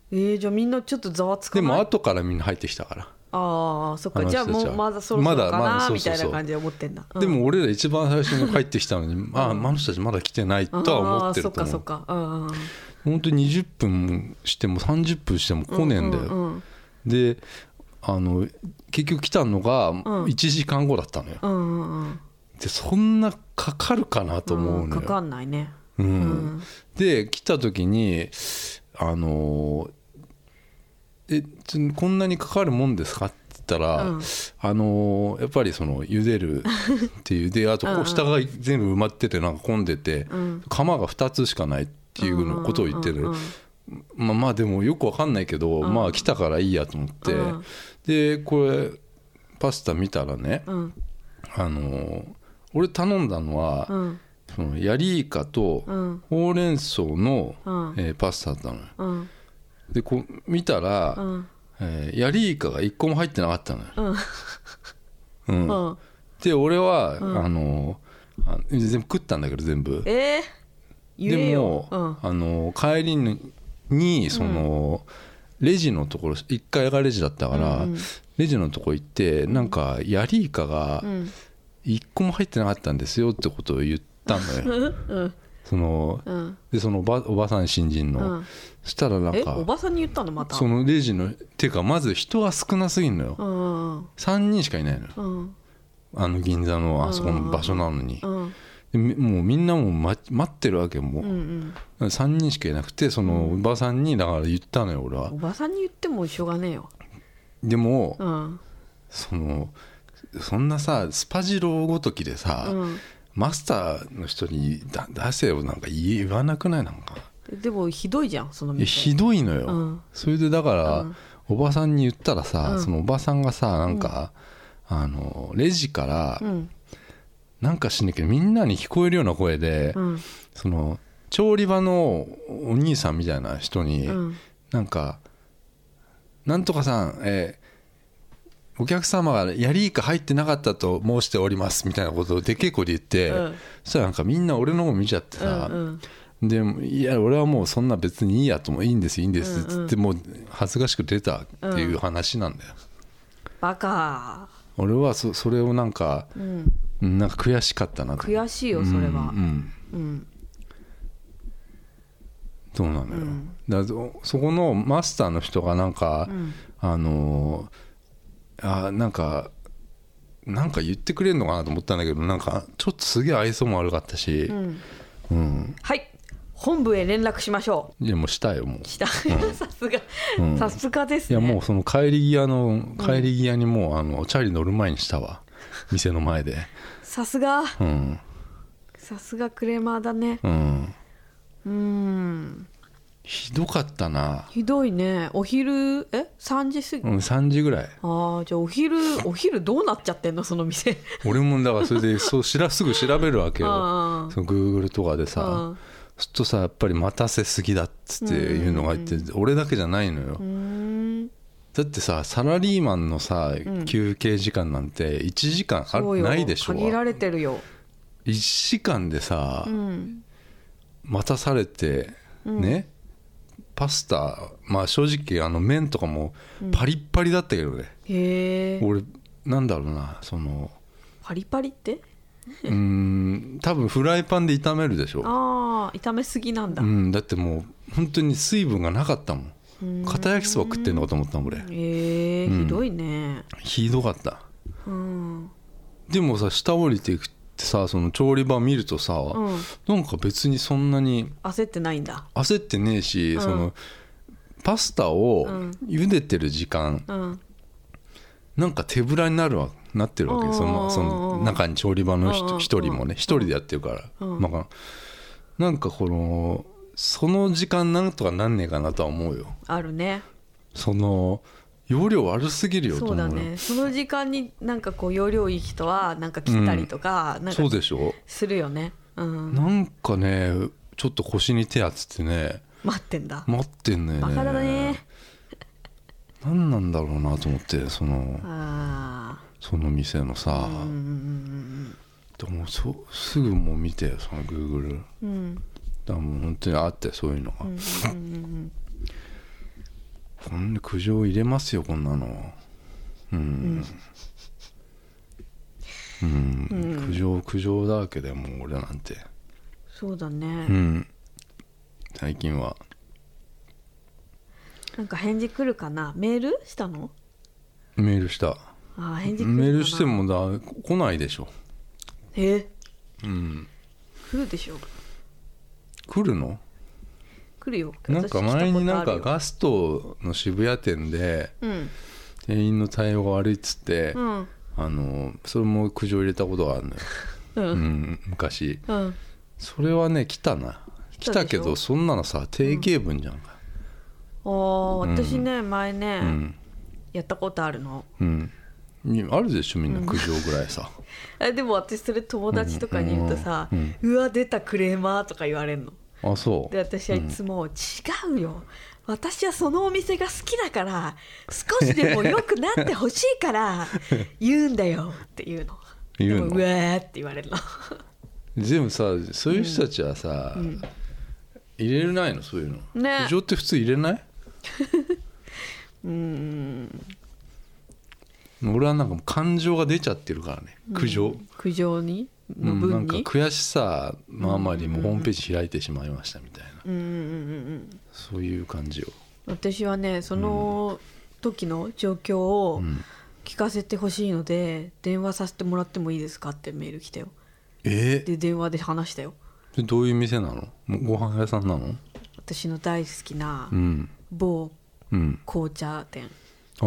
えー、じゃあみんなちょっとざわつかない？ でも後からみんな入ってきたから。 ああそっか。じゃあもうまだそろそろかな、まだまだそうそうそうみたいな感じで思ってんだ、 うん、でも俺ら一番最初に入ってきたのに、うん、あああの人たちまだ来てないとは思ってると思う。あそっかそっか、うんうん、本当ににじゅっぷんしてもさんじゅっぷんしても来ねえんだよ、うんうんうん、であの結局来たのがいちじかんごだったのよ、うんうんうん、でそんなかかるかなと思うのよ、うん、 かかんないね、 うんうん、で来た時にあのえこんなにかかるもんですかって言ったら、うん、あのやっぱりその茹でるっていうであとこう下が全部埋まっててなんか混んでて、うん、釜がふたつしかないっていうことを言ってる、うんうんうん、まあまあでもよくわかんないけど、うん、まあ来たからいいやと思って、うん、でこれパスタ見たらね、うん、あの俺頼んだのは、うん、そのヤリイカとほうれん草の、うんえー、パスタだったのよ、うんでこう見たら、うんえー、ヤリイカがいっこも入ってなかったのよ、うんうん、で俺は、うん、あのあ全部食ったんだけど全部、 えー、 でも、うん、あの帰りにその、うん、レジのところいっかいがレジだったから、うんうん、レジのところ行ってなんかヤリイカがいっこも入ってなかったんですよってことを言ったのよ、うんそのうん、でそのお ば, おばさん新人の、うん、そしたらなんかえおばさんに言ったのまたそのレジのていうかまず人が少なすぎるのよ、うんうん、さんにんしかいないのよ、うん、あの銀座のあそこの場所なのに、うんうん、でもうみんなもう 待, 待ってるわけもう、うんうん、さんにんしかいなくてそのおばさんにだから言ったのよ俺は。 おばさんに言ってもしょうがねえよ。 でも、うん、そのそんなさスパジローごときでさ、うんマスターの人に出せよなんか言わなくないなんかでもひどいじゃんその店ひどいのよ、うん、それでだから、うん、おばさんに言ったらさ、うん、そのおばさんがさなんか、うん、あのレジから、うん、なんかしんないけどみんなに聞こえるような声で、うん、その調理場のお兄さんみたいな人に、うん、なんかなんとかさんえーお客様がヤリイカ入ってなかったと申しておりますみたいなことをでけえ声で言って、うん、そしたらなんかみんな俺の方見ちゃってさ、うんうん、でいや俺はもうそんな別にいいやともいいんですいいんですっつってもう恥ずかしく出たっていう話なんだよ、 うん、バカ俺は そ, それをなんか、うん、なんか悔しかったなと悔しいよそれは、うんうんうん、 そうなのよ、うん、だからそこのマスターの人がなんか、うん、あのーあなんかなんか言ってくれるのかなと思ったんだけどなんかちょっとすげえ愛想も悪かったし、うんうん、はい本部へ連絡しましょう。いやもうしたよもうしたさすがさすがですね。 いやもうその帰り際の帰り際にもうあのチャリ乗る前にしたわ店の前でさすがさすがクレーマーだね。うんうんひどかったな。 ひどいね。お昼えさんじ過ぎ、 うん、さんじぐらい。 ああじゃあお昼お昼どうなっちゃってんのその店俺もだからそれでそうしらすぐ調べるわけよその Google とかでさそうするとさやっぱり待たせすぎだっつっていうのが言って、うんうん、俺だけじゃないのよ。うんだってさサラリーマンのさ、うん、休憩時間なんていちじかんあないでしょ。 限られてるよ。 いちじかんでさ、うん、待たされて、うん、ねパスタまあ正直あの麺とかもパリッパリだったけどね、うん、へえ俺なんだろうなそのパリパリってうーん多分フライパンで炒めるでしょ。 ああ炒めすぎなんだ、 うん、だってもう本当に水分がなかったもん。片焼きそば食ってんのかと思ったもん俺。 へえ、うん、ひどいね。 ひどかった、うん、でもさ下降りていくってさその調理場見るとさ、うん、なんか別にそんなに焦ってないんだ。 焦ってねえし、うん、そのパスタを茹でてる時間、うん、なんか手ぶらになるわなってるわけ。そのその中に調理場の一人もね一人でやってるから、うんまあ、なんかこのその時間なんとかなんねえかなとは思うよ。 あるね。 その容量悪すぎるよと思うよ。 そうだね。その時間になんかこう容量いい人はなんか切ったりとか、うん、なんかそうでしょするよね、うん、 なんかねちょっと腰に手当ててね待ってんだ。 待ってんね。 バカだね。 何なんだろうなと思ってそのあその店のさ、うんうんうん、でもそすぐもう見てその Google、うん、だからもう本当にあってそういうのが、うんうんうんこんな苦情入れますよこんなの。うんうん、うん、苦情苦情だらけでもう俺なんて。 そうだね、 うん、最近はなんか返事来るかな。メールしたの？ メールした。 あ、返事来るかな。 メールしてもだ来ないでしょ。 えうん、 来るでしょ。 来るの？ 来るよ。 なんか前になんかガストの渋谷店で、うん、店員の対応が悪いっつって、うん、あのそれも苦情入れたことがあるのよ、うんうん、昔、うん、それはね来たな。来たけどそんなのさ定型文じゃんか、 うん、あ、私ね、うん、前ね、うん、やったことあるの、 うん、あるでしょみんな苦情ぐらいさ、 うん、でも私それ友達とかに言うとさ、うんうん、うわ出たクレーマーとか言われるの。 あ、そう。 で私はいつも、うん、違うよ、私はそのお店が好きだから少しでも良くなってほしいから言うんだよって言うの。 言うの？ でもうわーって言われるの。 でもさそういう人たちはさ、うん、入れれないのそういうの、ね、苦情って普通入れない？うーん、俺はなんか感情が出ちゃってるからね、苦情、うん、 苦情にの分に、うん、なんか悔しさのあまりもホームページ開いてしまいましたみたいな、うんうんうんうん、そういう感じよ。 私はねその時の状況を聞かせてほしいので、うん、電話させてもらってもいいですかってメール来たよ。 えー、 で電話で話したよ。 でどういう店なの？ご飯屋さんなの？ 私の大好きな某紅茶店、 うん、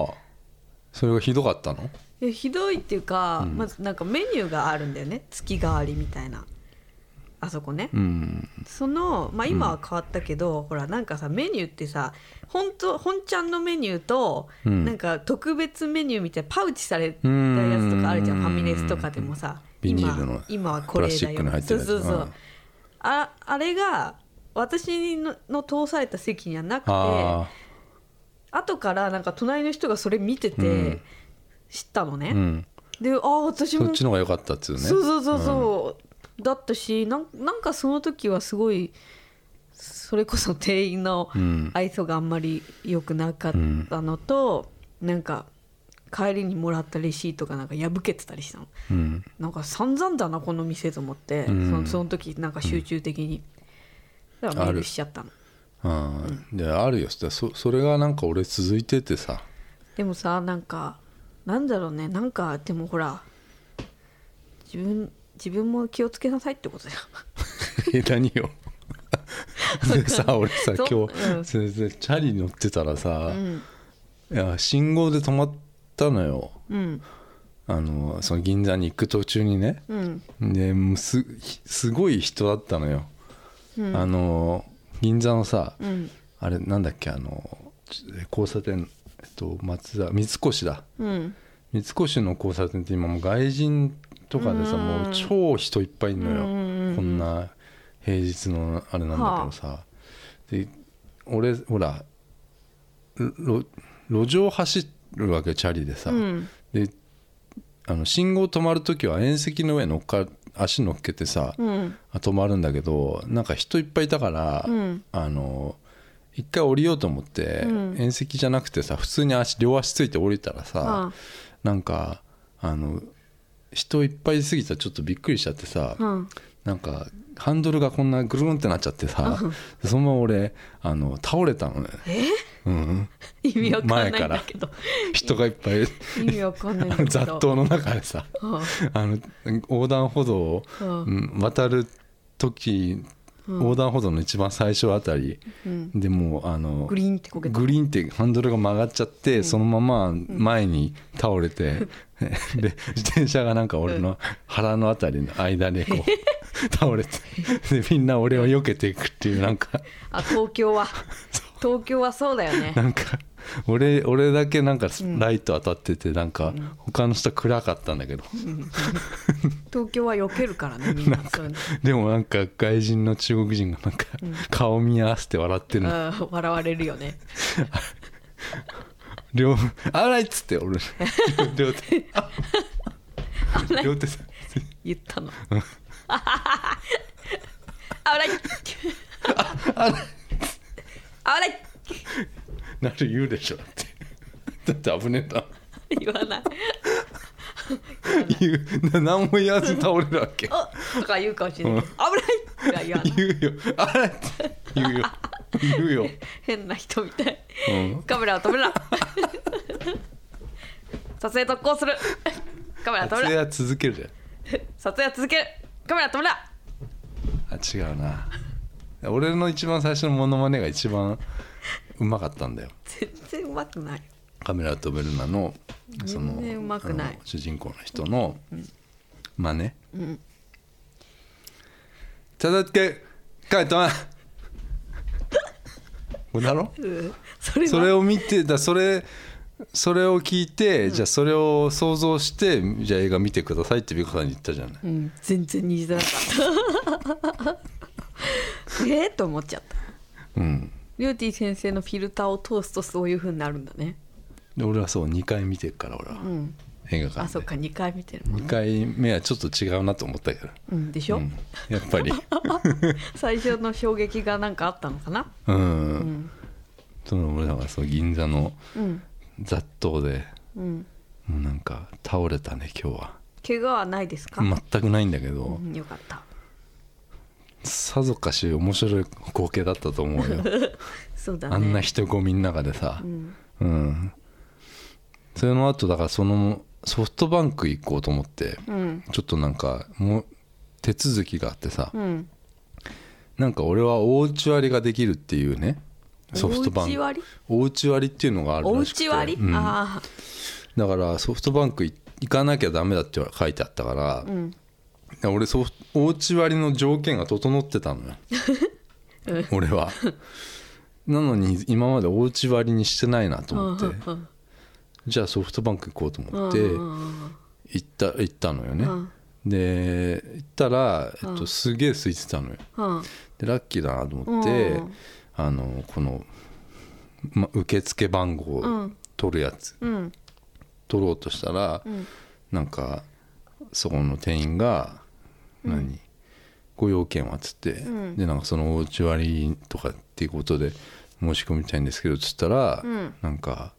ああそれがひどかったの？ えひどいっていうか、うん、まずなんかメニューがあるんだよね、月替わりみたいな、あそこね、うん、その、まあ、今は変わったけど、うん、ほらなんかさメニューってさ本当本ちゃんのメニューと、うん、なんか特別メニューみたいなパウチされたやつとかあるじゃん、ファミレスとかでもさ、 ビニールの今、今はこれだよ、プラスチックに入ってるやつ、そうそうそう、あ, あれが私 の, の通された席にはなくて、後からなんか隣の人がそれ見てて、うん知ったのね、うん、であ私もそっちの方が良かったっつうね。 そうそうそうそう、うん、だったしな ん, なんかその時はすごいそれこそ店員の愛想があんまり良くなかったのと、うん、なんか帰りにもらったレシートがなんか破けてたりしたの、うん、なんか散々だなこの店と思って、うん、そ, のその時なんか集中的に、うん、だからメールしちゃったの。 あ, あ、うん、であるよ そ, それがなんか俺続いててさ。 でもさなんかなんだろうね、なんかでもほら自分自分も気をつけなさいってことだよ。 え何よ。でさ俺さ今日、うん、チャリ乗ってたらさ、うん、いや信号で止まったのよ、うん、あのその銀座に行く途中にね、うん、ですすごい人だったのよ、うん、あの銀座のさ、うん、あれなんだっけあの交差点えっと、松田三越だ、うん、三越の交差点って今もう外人とかでさ、うん、もう超人いっぱいいるのよ、うん、こんな平日のあれなんだけどさ、はあ、で俺ほら路上走るわけチャリでさ、うん、であの信号止まるときは縁石の上乗っか足乗っけてさ、うん、止まるんだけどなんか人いっぱいいたから、うん、あの一回降りようと思って、うん、縁石じゃなくてさ普通に足両足ついて降りたらさ、はあ、なんかあの人いっぱいいすぎたらちょっとびっくりしちゃってさ、うん、なんかハンドルがこんなぐるんってなっちゃってさ、うん、そのまま俺あの倒れたのね。 え、 うん、 意味わかんないんだけど人がいっぱい意味わかんないんだけど雑踏の中でさ、はあ、あの横断歩道を、はあ、渡る時横断歩道の一番最初あたり、うん、でもうあのグリーンってこけたグリーンってハンドルが曲がっちゃって、うん、そのまま前に倒れて、うん、で自転車がなんか俺の腹のあたりの間でこう倒れてでみんな俺を避けていくっていうなんかあ東京は東京はそうだよね。 なんか俺, 俺だけなんかライト当たっててなんか他の人暗かったんだけど、うん、 東京は避けるからねみんな。なんかでもなんか外人の中国人がなんか顔見合わせて笑ってるの、 うん、笑われるよね。 両あらいっつって俺両手両手言ったの。あらいあらいなる言うでしょだってだって危ねえんだ言わない言うな何も言わず倒れるわけあとか言うかもしれない、うん、危ないとか言わない言うよあれって言うよ言うよ変な人みたい、 うん、 カメラを止めるな撮影特攻するカメラ止めるな撮影は続けるじゃん撮影は続けるカメラ止めるなあ違うな俺の一番最初のモノマネが一番うまかったんだよ全然うまくないカメラを止めるなのその全然うまくない主人公の人の真似、うん、ただけ帰ったなこれだろ、うん、そ, れそれを見てだそれそれを聞いて、うん、じゃあそれを想像してじゃあ映画見てくださいって美子さんに言ったじゃない、 うん、全然似てなかったえーと思っちゃった、うん、リューティ先生のフィルターを通すとそういう風になるんだねで俺はそうにかい見てるから俺は、うん、映画館であそっかにかい見てるもん、ね、 にかいめはちょっと違うなと思ったけど、 うん、でしょ、うん、 やっぱり最初の衝撃がなんかあったのかなうん、うん、その俺だからそう銀座の雑踏で、うん、もうなんか倒れたね今日は怪我はないですか全くないんだけど、 うん、よかったさぞかし面白い光景だったと思うよそうだね、 あんな人混みの中でさ、うんうん、それの後だからそのソフトバンク行こうと思って、うん、ちょっとなんかもう手続きがあってさ、うん、なんか俺はおうち割りができるっていうねソフトバンクおうち割りっていうのがあるらしくておうち割り、うん、あだからソフトバンク行かなきゃダメだって書いてあったから、うん、俺ソフトおうち割りの条件が整ってたのよ俺はなのに今までおうち割りにしてないなと思ってじゃあソフトバンク行こうと思って行った行ったのよねで行ったら、えっと、すげえ空いてたのよでラッキーだなと思ってあのこの、ま、受付番号を取るやつ、うん、取ろうとしたら、うん、なんかそこの店員が何、うん、ご用件はっつって、うん、でなんかそのおうち割りとかっていうことで申し込みたいんですけどっつったら、うん、なんか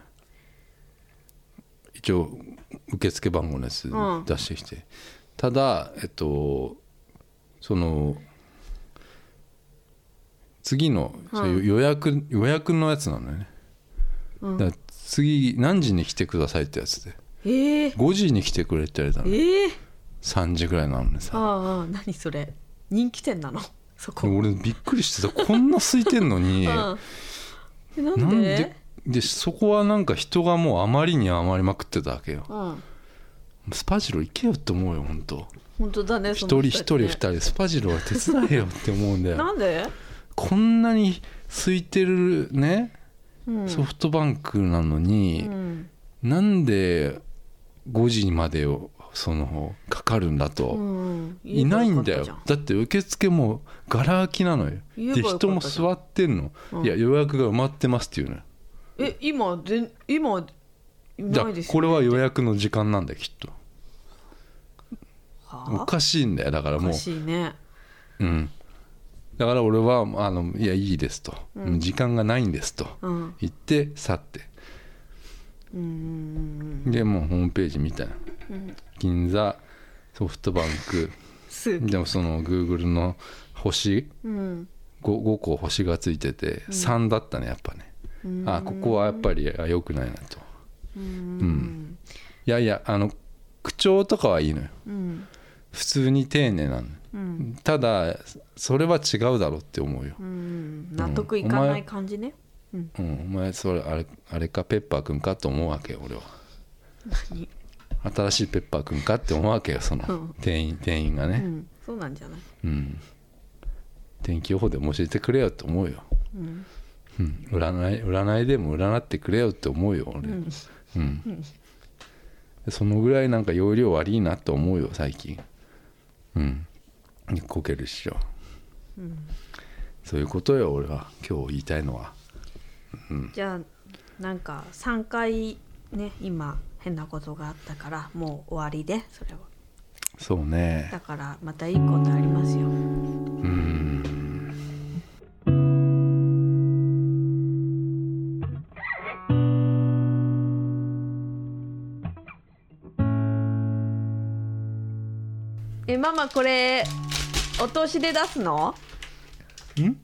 一応受付番号のやつ出してきて、うん、ただえっとその次の、うん、予約予約のやつなのよね、うん、だから次何時に来てくださいってやつで、えー、ごじに来てくれって言われたの、えー、さんじぐらいなのにさああ何それ人気店なのそこ俺びっくりしてたこんな空いてんのに、 うん、なんで、なんででそこはなんか人がもうあまりに余りまくってたわけよ、うん、スパジロ行けよって思うよ本当本当だね一人一人二人スパジロは手伝えよって思うんだよなんでこんなに空いてるね、うん、ソフトバンクなのに、うん、なんでごじまでをそのかかるんだと、うん、いないんだよだって受付もガラ空きなのよで人も座ってんの、うん、いや予約が埋まってますっていうのよえ今で今ないですよねこれは予約の時間なんだよきっとおかしいんだよだからもうおかしいねうんだから俺はあのいやいいですと、うん、時間がないんですと、うん、言って去ってうんうんうんでもうホームページ見たら、うん、銀座ソフトバンクでもその Google の星、うん、5, ごこ星がついてて、うん、さんだったねやっぱね、うん、あここはやっぱり良くないなとうん、うん、いやいやあの口調とかはいいのよ、うん、普通に丁寧なの、うん、ただそれは違うだろうって思うよ、うん、 納得いかない感じね、 うんうん、お前それあれ、あれかペッパーくんかと思うわけよ俺は何新しいペッパーくんかって思うわけよその、うん、店員店員がね、うん、 そうなんじゃない、 うん、天気予報でも教えてくれよって思うよ、うんうん、占い占いでも占ってくれよって思うよ俺、うんうん、そのぐらいなんか容量悪いなと思うよ最近うんこけるっしょ、うん、そういうことよ俺は今日言いたいのは、 うん、じゃあなんかさんかいね今変なことがあったからもう終わりでそれはそうねだからまたいいことありますようんえママこれお通しで出すの？ ん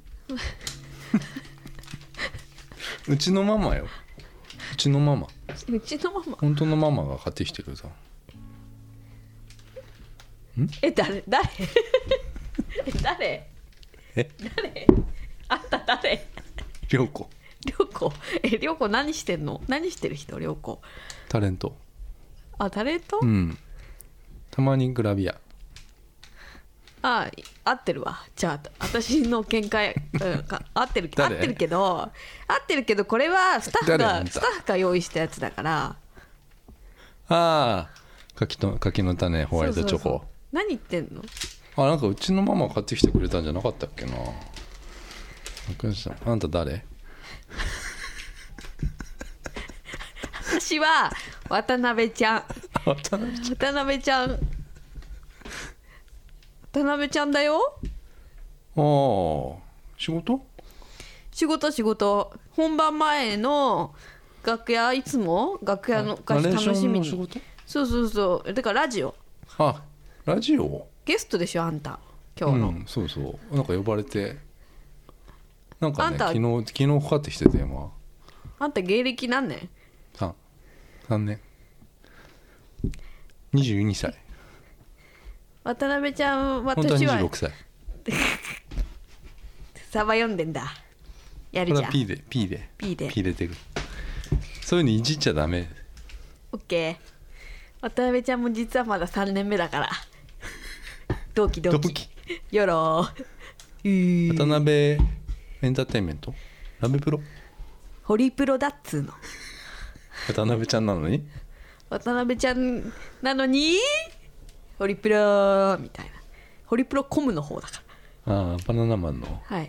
うちのママよ。うちのママ。 うちのママ。 本当のママが買ってきてくれた。ん？ え誰誰誰？ え？ 誰？あんた誰？ りょうこ。 りょうこ。えりょうこ何してんの？何してる人？りょうこ。 タレント。 あタレント？ うん。たまにグラビア。 あ合ってるわ。じゃあ私の見解、うん、合ってる合ってるけど合ってるけどこれはスタッフがスタッフが用意したやつだから。ああ柿と柿の種ホワイトチョコ。そうそうそう。 何言ってんの？ あなんかうちのママ買ってきてくれたんじゃなかったっけな。あんた誰？ 私は渡辺ちゃん。 渡辺ちゃん。 渡辺ちゃん。渡辺ちゃんだよ。 ああ仕事？ 仕事仕事。本番前の楽屋いつも楽屋の楽しみに。そうそうそう。だからラジオ。 あラジオ？ ゲストでしょあんた今日の、うん、 そうそうなんか呼ばれてなんかね昨日昨日かかってきてて今あんた芸歴何年？ さん、さんねんにじゅうにさい。 渡辺ちゃんは年は本当はにじゅうろくさいサバ読んでんだ。やるじゃん。 これは P で P で P で P 入れてくる。そういうのいじっちゃダメ。 OK。 渡辺ちゃんも実はまださんねんめだから同期同期同期よろー。 渡辺エンターテインメントラベプロホリプロだっつうの。 渡辺ちゃんなのに渡辺ちゃんなのにホリプロみたいな。ホリプロコムの方だから。 ああバナナマンの。 はい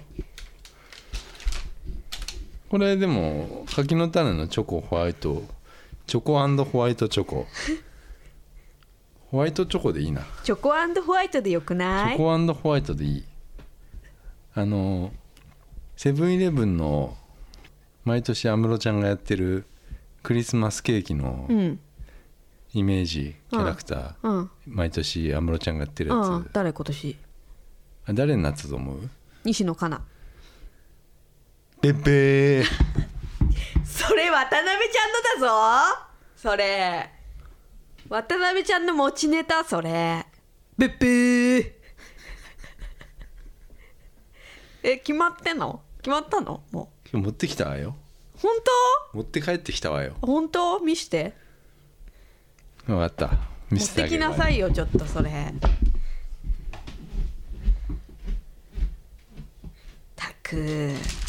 これでも柿の種のチョコホワイトチョコ&ホワイトチョコホワイトチョコでいいな。 チョコ&ホワイトでよくない？ チョコ&ホワイトでいい。あのセブンイレブンの毎年安室ちゃんがやってるクリスマスケーキのイメージ、うん、キャラクター、うん、毎年安室ちゃんがやってるやつ、うん、 誰今年誰になったと思う？ 西野カナ。 べっべーそれ渡辺ちゃんのだぞ。それ渡辺ちゃんの持ちネタ。それべっべーえ決まってんの？決まったの？もう今日持ってきたわよ。 本当？ 持って帰ってきたわよ。 本当？見して分かった。見せてあげるわよ。 持ってきなさいよちょっとそれ。たく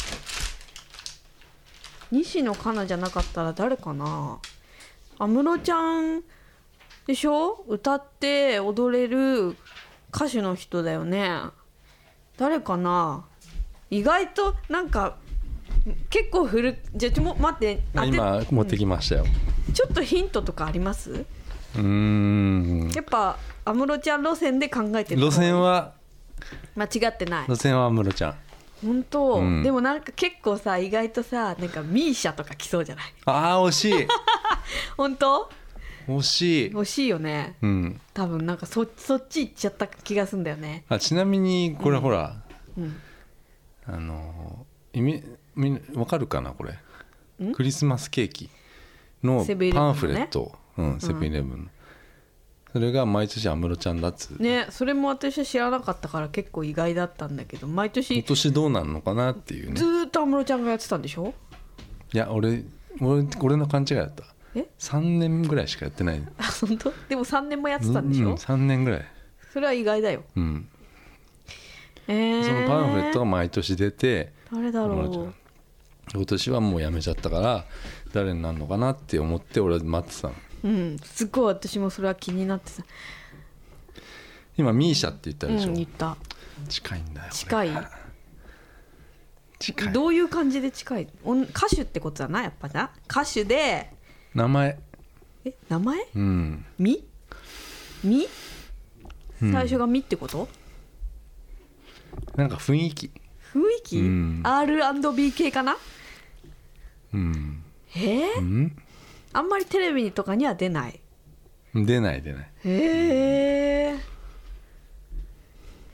西野カナじゃなかったら誰かな。安室ちゃんでしょ。歌って踊れる歌手の人だよね。誰かな。意外となんか結構古。じゃあも待って今持ってきましたよ、 うん、ちょっとヒントとかあります？うーんやっぱ安室ちゃん路線で考えてる。 路線は間違ってない。 路線は安室ちゃん。 本当、うん、でもなんか結構さ意外とさなんかミーシャとか来そうじゃない？ あー惜しい本当？ 惜しい。 惜しいよね、うん、多分なんか そ, そっち行っちゃった気がするんだよね。 あちなみにこれほら、 うんうん、 あの意味分かるかなこれ。クリスマスケーキのパンフレット、セブンイレブンの、うん、それが毎年安室ちゃんだっつね。それも私は知らなかったから結構意外だったんだけど、毎年今年どうなんのかなっていうね。 ずーっと安室ちゃんがやってたんでしょ。 いや 俺, 俺, 俺の勘違いだった。えさんねんぐらいしかやってない。 あ本当？でもさんねんもやってたんでしょ、 うん、さんねんぐらい。 それは意外だよ、 うんえー、 そのパンフレットが毎年出て、 誰だろう。 今年はもうやめちゃったから誰になるのかなって思って俺は待ってたの。 うんすっごい私もそれは気になってた。 今ミーシャって言ったでしょ、 うん、言った。 近いんだよ。 近い近い。 どういう感じで近い？歌手ってことだなやっぱな。歌手で名前。 え名前？ うんみみ、うん、最初がみってこと？ なんか雰囲気雰囲気、うん、アールアンドビー 系かな。 うんえー、うん、あんまりテレビとかには出ない。 出ない出ない。 へえ。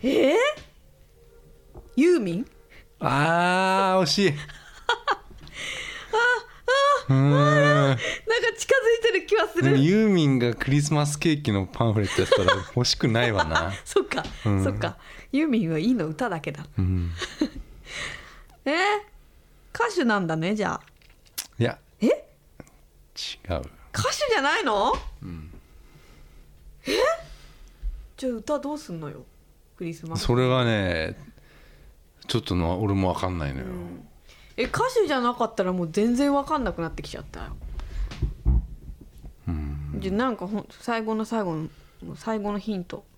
えー、ユーミン。 あー惜しいああなんか近づいてる気はする。 でもユーミンがクリスマスケーキのパンフレットやったら欲しくないわなそっか、うん、そっか。ユーミンはいいの歌だけだ、うん、えー、歌手なんだねじゃあ。 いやえ違う歌手じゃないの、うん、えじゃあ歌どうすんのよクリスマス。 それがねちょっとの俺も分かんないのよ、うん、 え歌手じゃなかったらもう全然分かんなくなってきちゃったよ、うん、じゃあなんかほん最後の最後の最後のヒント。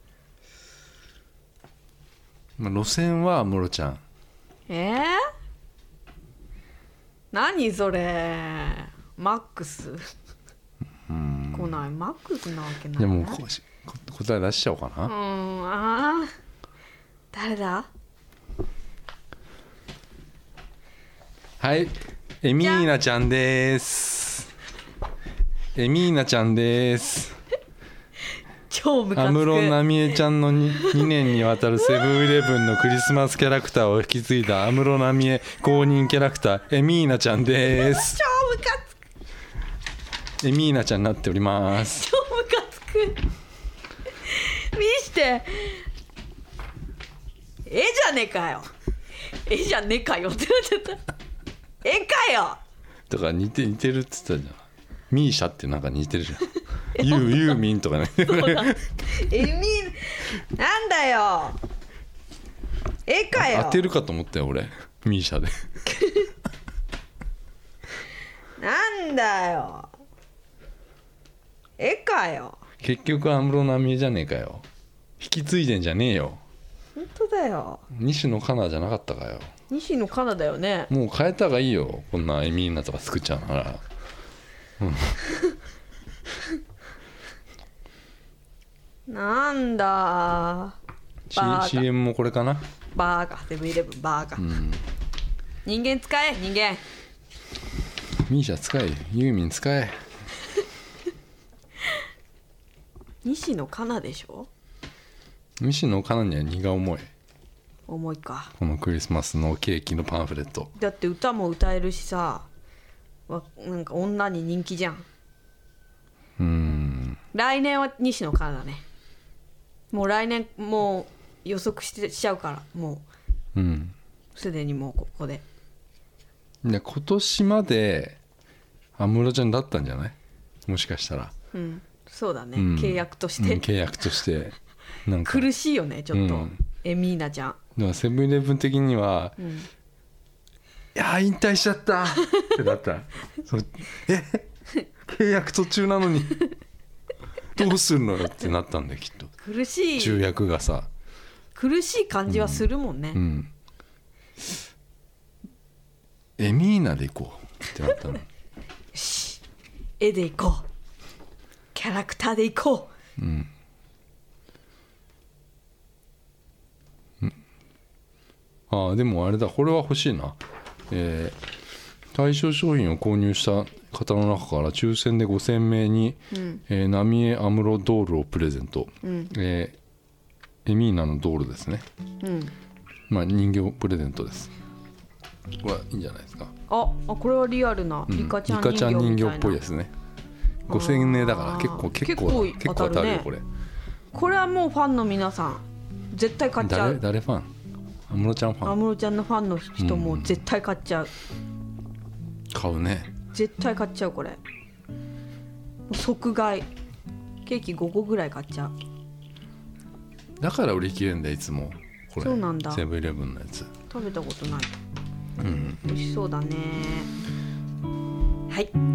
まあ、路線はムロちゃん。 えー、何それマックスうん来ない。マックスなわけない。 でも答え出しちゃおうかな。 うんあ誰だ。 はいエミーナちゃんです。エミーナちゃんです。 超ムカつく。 安室奈美恵ちゃんの 2, にねんにわたるセブンイレブンのクリスマスキャラクターを引き継いだ安室奈美恵公認キャラクターエミーナちゃんです。 超ムカつく。 エミーナちゃんになっております。 超ムカつく。見して絵じゃねえかよ。絵じゃねえかよってなっちゃった絵かよ。 だから似て似てるって言ったじゃん。ミーシャってなんか似てるじゃんユーユーミンとかねそうだエミなんだよ絵かよ。 当てるかと思ったよ俺ミーシャでなんだよ絵かよ。 結局安室奈美恵じゃねえかよ。引き継いでんじゃねえよ。 本当だよ。 西野カナじゃなかったかよ。 西野カナだよね。 もう変えた方がいいよこんなエミーナとか作っちゃうなら、 うん、なんだシーエム もこれかな。 バーガーセブンイレブンバーガー、うん、人間使え人間。 ミーシャ使えユーミン使え西野カナでしょ。 西野カナには荷が重い。 重いか。 このクリスマスのケーキのパンフレットだって歌も歌えるしさなんか女に人気じゃん。うーん来年は西野カナだね。もう来年もう予測してしちゃうからもうすで、うん、にもうここでで今年まで安室ちゃんだったんじゃない。もしかしたら、 うん、そうだね、うん、契約として、 うん、契約としてなんか苦しいよねちょっと、うん、エミーナちゃん。 だからセブンイレブン的には、うん、いや引退しちゃったってなったそうえ契約途中なのにどうするのよってなったんだよきっと。 苦しい重役がさ苦しい感じはするもんね、うんうん、 エミーナで行こうってなったのよし絵で行こうキャラクターで行こう、うんああでもあれだこれは欲しいな、えー、対象商品を購入した方の中から抽選でごせんめいに、うんえー、浪江安室ドールをプレゼント、うんえー、エミーナのドールですね、うんまあ、人形プレゼントです。これはいいんじゃないですか。 あ, あこれはリアルなリカちゃん人形みたいな、うん、リカちゃん人形っぽいですね。ごせんめいだから結構結構結構当たるよこれ。 これはもうファンの皆さん絶対買っちゃう。 誰, 誰ファン。安室ちゃんファン。 安室ちゃんのファンの人も絶対買っちゃう、 うん、買うね絶対買っちゃう。これ即買い。ケーキごこぐらい買っちゃう。 だから売り切れんだいつもこれ。 そうなんだ。 セブンイレブンのやつ食べたことない、うん、美味しそうだね。はい